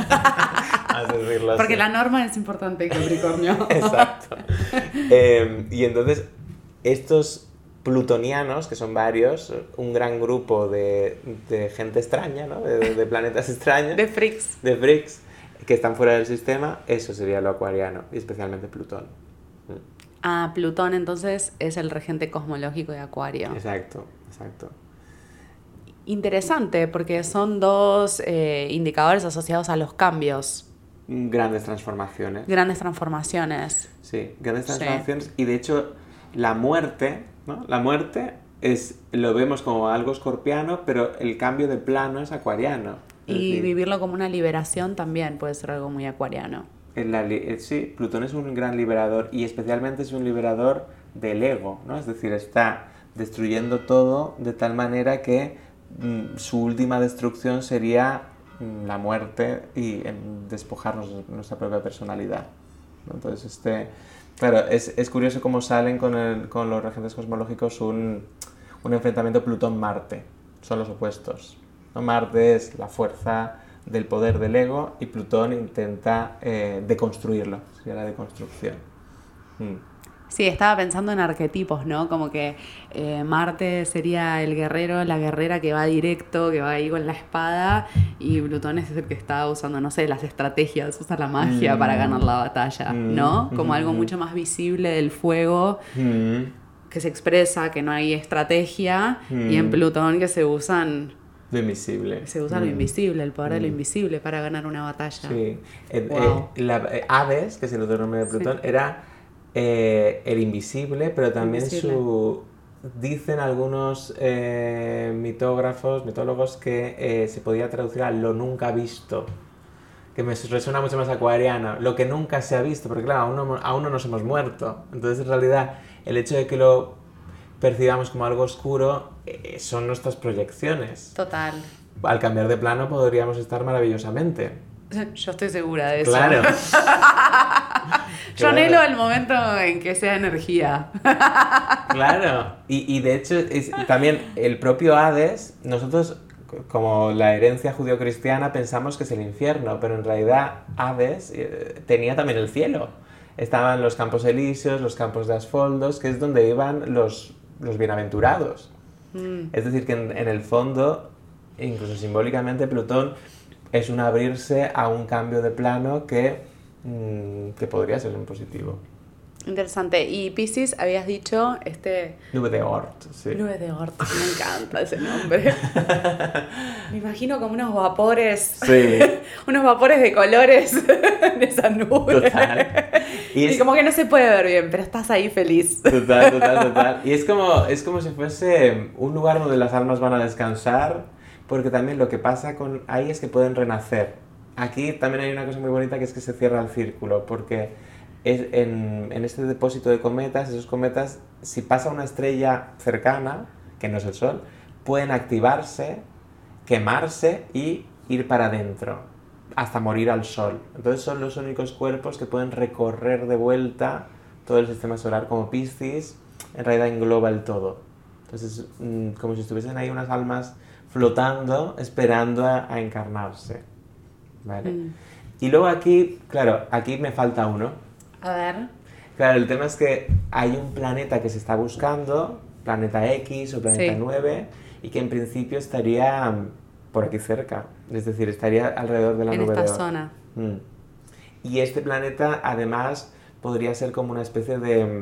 A: A decirlo así.
B: Porque la norma es importante en Capricornio.
A: Exacto. Eh, y entonces, estos plutonianos, que son varios, un gran grupo de, de gente extraña, ¿no? De, de planetas extraños,
B: De freaks.
A: de freaks, que están fuera del sistema, eso sería lo acuariano, y especialmente Plutón.
B: Ah, Plutón entonces es el regente cosmológico de Acuario.
A: Exacto, exacto.
B: Interesante, porque son dos eh, indicadores asociados a los cambios,
A: Grandes transformaciones.
B: grandes transformaciones.
A: Sí, grandes
B: Sí.
A: transformaciones. Y de hecho, la muerte, ¿no? La muerte es, lo vemos como algo escorpiano, pero el cambio de plano es acuariano. Es
B: Y
A: decir,
B: vivirlo como una liberación también puede ser algo muy acuariano.
A: en la li- eh, sí, Plutón es un gran liberador y especialmente es un liberador del ego, ¿no? Es decir, está destruyendo todo de tal manera que mm, su última destrucción sería mm, la muerte y em, despojarnos de nuestra propia personalidad, ¿no? Entonces, este, claro, es, es curioso cómo salen con, el, con los regentes cosmológicos un, un enfrentamiento Plutón-Marte, son los opuestos, ¿no? Marte es la fuerza del poder del ego y Plutón intenta eh, deconstruirlo, sería la deconstrucción. Mm.
B: Sí, estaba pensando en arquetipos, ¿no? Como que eh, Marte sería el guerrero, la guerrera que va directo, que va ahí con la espada, y Plutón es el que está usando, no sé, las estrategias, usa la magia
A: Mm.
B: para ganar la batalla,
A: Mm.
B: ¿no? Como algo
A: Mm.
B: mucho más visible del fuego,
A: Mm.
B: que se expresa, que no hay estrategia,
A: Mm.
B: y en Plutón que se usan,
A: Lo invisible.
B: se usa lo
A: Mm.
B: invisible, el poder de lo
A: Mm.
B: invisible para ganar una batalla.
A: Sí. Eh,
B: Wow.
A: eh, la, eh, Hades, que es el otro nombre de Plutón,
B: Sí.
A: era eh, el invisible, pero también
B: Invisible.
A: su dicen algunos eh, mitógrafos, mitólogos, que eh, se podía traducir a lo nunca visto, que me resuena mucho más acuariano, lo que nunca se ha visto, porque claro, aún no, aún no nos hemos muerto. Entonces, en realidad, el hecho de que lo percibamos como algo oscuro eh, son nuestras proyecciones.
B: Total.
A: Al cambiar de plano podríamos estar maravillosamente.
B: Yo estoy segura de eso.
A: Claro.
B: Yo
A: Claro.
B: anhelo el momento en que sea energía.
A: Claro. Y, y de hecho, es, también el propio Hades, nosotros, como la herencia judio-cristiana, pensamos que es el infierno, pero en realidad Hades eh, tenía también el cielo. Estaban los campos elíseos, los campos de Asfoldos, que es donde iban los, los bienaventurados. Mm. Es decir, que en, en el fondo, incluso simbólicamente, Plutón es un abrirse a un cambio de plano que, mmm, que podría ser un positivo.
B: Interesante. Y Piscis, habías dicho, este...
A: Nube de Oort, sí.
B: Nube de Oort, me encanta ese nombre. Me imagino como unos vapores,
A: sí.
B: unos vapores de colores en esa nube.
A: Total.
B: Y, es... y como que no se puede ver bien, pero estás ahí feliz.
A: Total, total, total. Y es como, es como si fuese un lugar donde las almas van a descansar, porque también lo que pasa con ahí es que pueden renacer. Aquí también hay una cosa muy bonita, que es que se cierra el círculo, porque es en, en este depósito de cometas, esos cometas, si pasa una estrella cercana, que no es el Sol, pueden activarse, quemarse y ir para adentro, hasta morir al Sol. Entonces son los únicos cuerpos que pueden recorrer de vuelta todo el sistema solar, como Piscis en realidad engloba el todo. Entonces, mmm, como si estuviesen ahí unas almas flotando, esperando a, a encarnarse, ¿vale? Mm. Y luego aquí, claro, aquí me falta uno.
B: A ver.
A: Claro, el tema es que hay un planeta que se está buscando, planeta X o planeta sí. nueve, y que en principio estaría por aquí cerca, es decir, estaría alrededor de la
B: en
A: nube de
B: esta
A: Oort.
B: zona.
A: Mm. Y este planeta, además, podría ser como una especie de...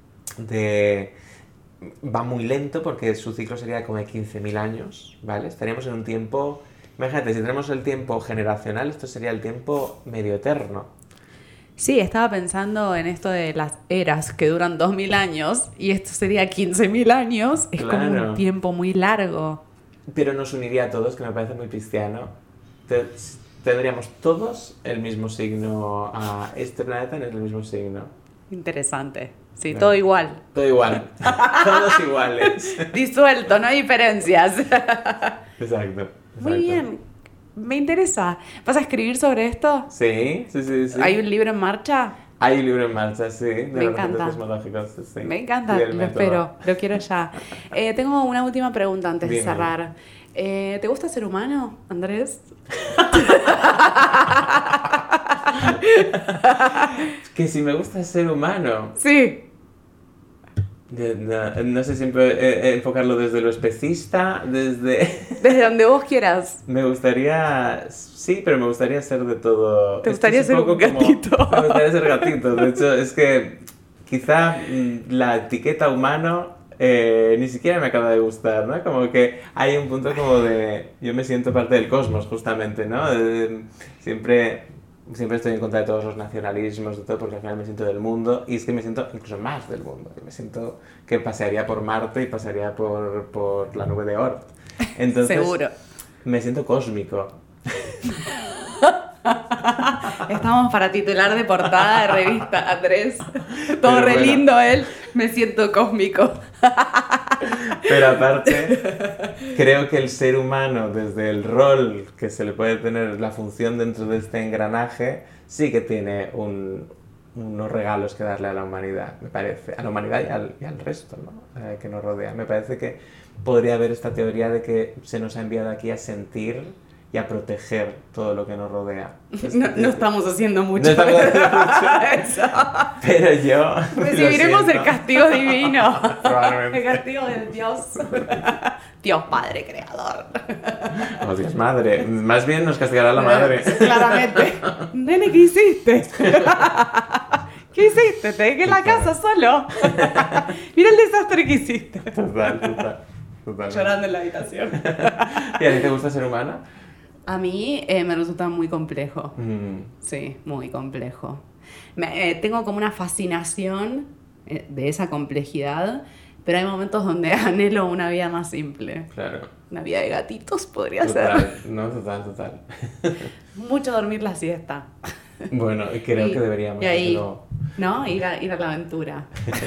A: de va muy lento porque su ciclo sería como de quince mil años, ¿vale? Estaríamos en un tiempo... Imagínate, si tenemos el tiempo generacional, esto sería el tiempo medio eterno.
B: Sí, estaba pensando en esto de las eras que duran dos mil años y esto sería quince mil años. Es claro. Como un tiempo muy largo.
A: Pero nos uniría a todos, que me parece muy cristiano. Tendríamos todos el mismo signo, a este planeta en el mismo signo.
B: Interesante. Sí, no. Todo igual.
A: Todo igual. Todos iguales.
B: Disuelto, no hay diferencias.
A: Exacto, exacto.
B: Muy bien. Me interesa. ¿Vas a escribir sobre esto?
A: Sí, sí, sí, sí.
B: ¿Hay un libro en marcha?
A: Hay un libro en marcha, sí. De
B: Me encanta.
A: Cosmológicos, sí.
B: Me encanta, lo método. Espero, lo quiero ya. Eh, tengo una última pregunta antes Dime. de cerrar. Eh, ¿Te gusta ser humano, Andrés?
A: Que si me gusta ser humano.
B: Sí.
A: No, no sé siempre eh, enfocarlo desde lo especista, desde...
B: Desde donde vos quieras.
A: Me gustaría... Sí, pero me gustaría ser de todo...
B: ¿Te gustaría ser un gatito?
A: Como, me gustaría ser gatito. De hecho, es que quizá la etiqueta humano eh, ni siquiera me acaba de gustar, ¿no? Como que hay un punto como de... Yo me siento parte del cosmos, justamente, ¿no? De, siempre... Siempre estoy en contra de todos los nacionalismos, de todo, porque al final me siento del mundo, y es que me siento incluso más del mundo, que me siento que pasearía por Marte y pasaría por, por la nube de Oort. Entonces,
B: seguro.
A: Me siento cósmico.
B: Estamos para titular de portada de revista, Andrés. Todo Pero re bueno. Lindo él, me siento cósmico.
A: Pero aparte, creo que el ser humano, desde el rol que se le puede tener, la función dentro de este engranaje, sí que tiene un, unos regalos que darle a la humanidad, me parece. A la humanidad y al, y al resto, ¿no? eh, que nos rodea. Me parece que podría haber esta teoría de que se nos ha enviado aquí a sentir y a proteger todo lo que nos rodea.
B: No, no estamos haciendo mucho.
A: No estamos haciendo mucho.
B: Eso.
A: Pero yo...
B: Recibiremos el castigo divino.
A: Probablemente.
B: El castigo del Dios. Dios Padre Creador.
A: Oh, Dios Madre. Más bien nos castigará la madre.
B: Claramente. Nene, ¿qué hiciste? ¿Qué hiciste? Te dejé en la casa solo. Mira el desastre que hiciste.
A: Total, total. Totalmente.
B: Llorando en la habitación.
A: ¿Y a ti te gusta ser humana?
B: A mí eh, me resulta muy complejo.
A: Mm.
B: Sí, muy complejo. Me, eh, tengo como una fascinación eh, de esa complejidad, pero hay momentos donde anhelo una vida más simple.
A: Claro.
B: Una vida de gatitos podría
A: Total,
B: ser.
A: no, total, total.
B: Mucho dormir la siesta.
A: Bueno, creo
B: Y-
A: que deberíamos
B: y ahí,
A: hacerlo.
B: ¿no? Ir a, ir a la aventura.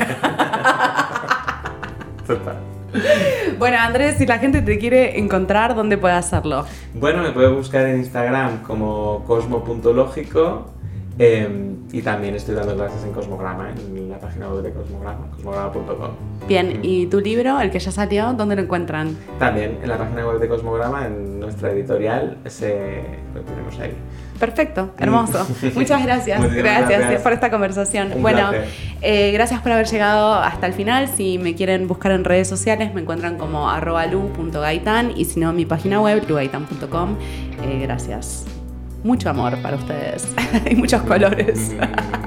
A: Total.
B: Bueno, Andrés, si la gente te quiere encontrar, ¿dónde puede hacerlo?
A: Bueno, me puedes buscar en Instagram como cosmo punto lógico eh, y también estoy dando clases en Cosmograma, en la página web de Cosmograma, cosmograma punto com.
B: Bien, ¿y tu libro, el que ya salió, dónde lo encuentran?
A: También en la página web de Cosmograma, en nuestra editorial, se, lo tenemos ahí.
B: Perfecto, hermoso. Muchas gracias.
A: Muchísimas
B: gracias,
A: gracias.
B: por esta conversación.
A: Un
B: bueno,
A: placer.
B: eh, gracias por haber llegado hasta el final. Si me quieren buscar en redes sociales, me encuentran como arroba lu punto gaitán y si no, en mi página web, lu gaitán punto com. Eh, gracias. Mucho amor para ustedes y muchos colores.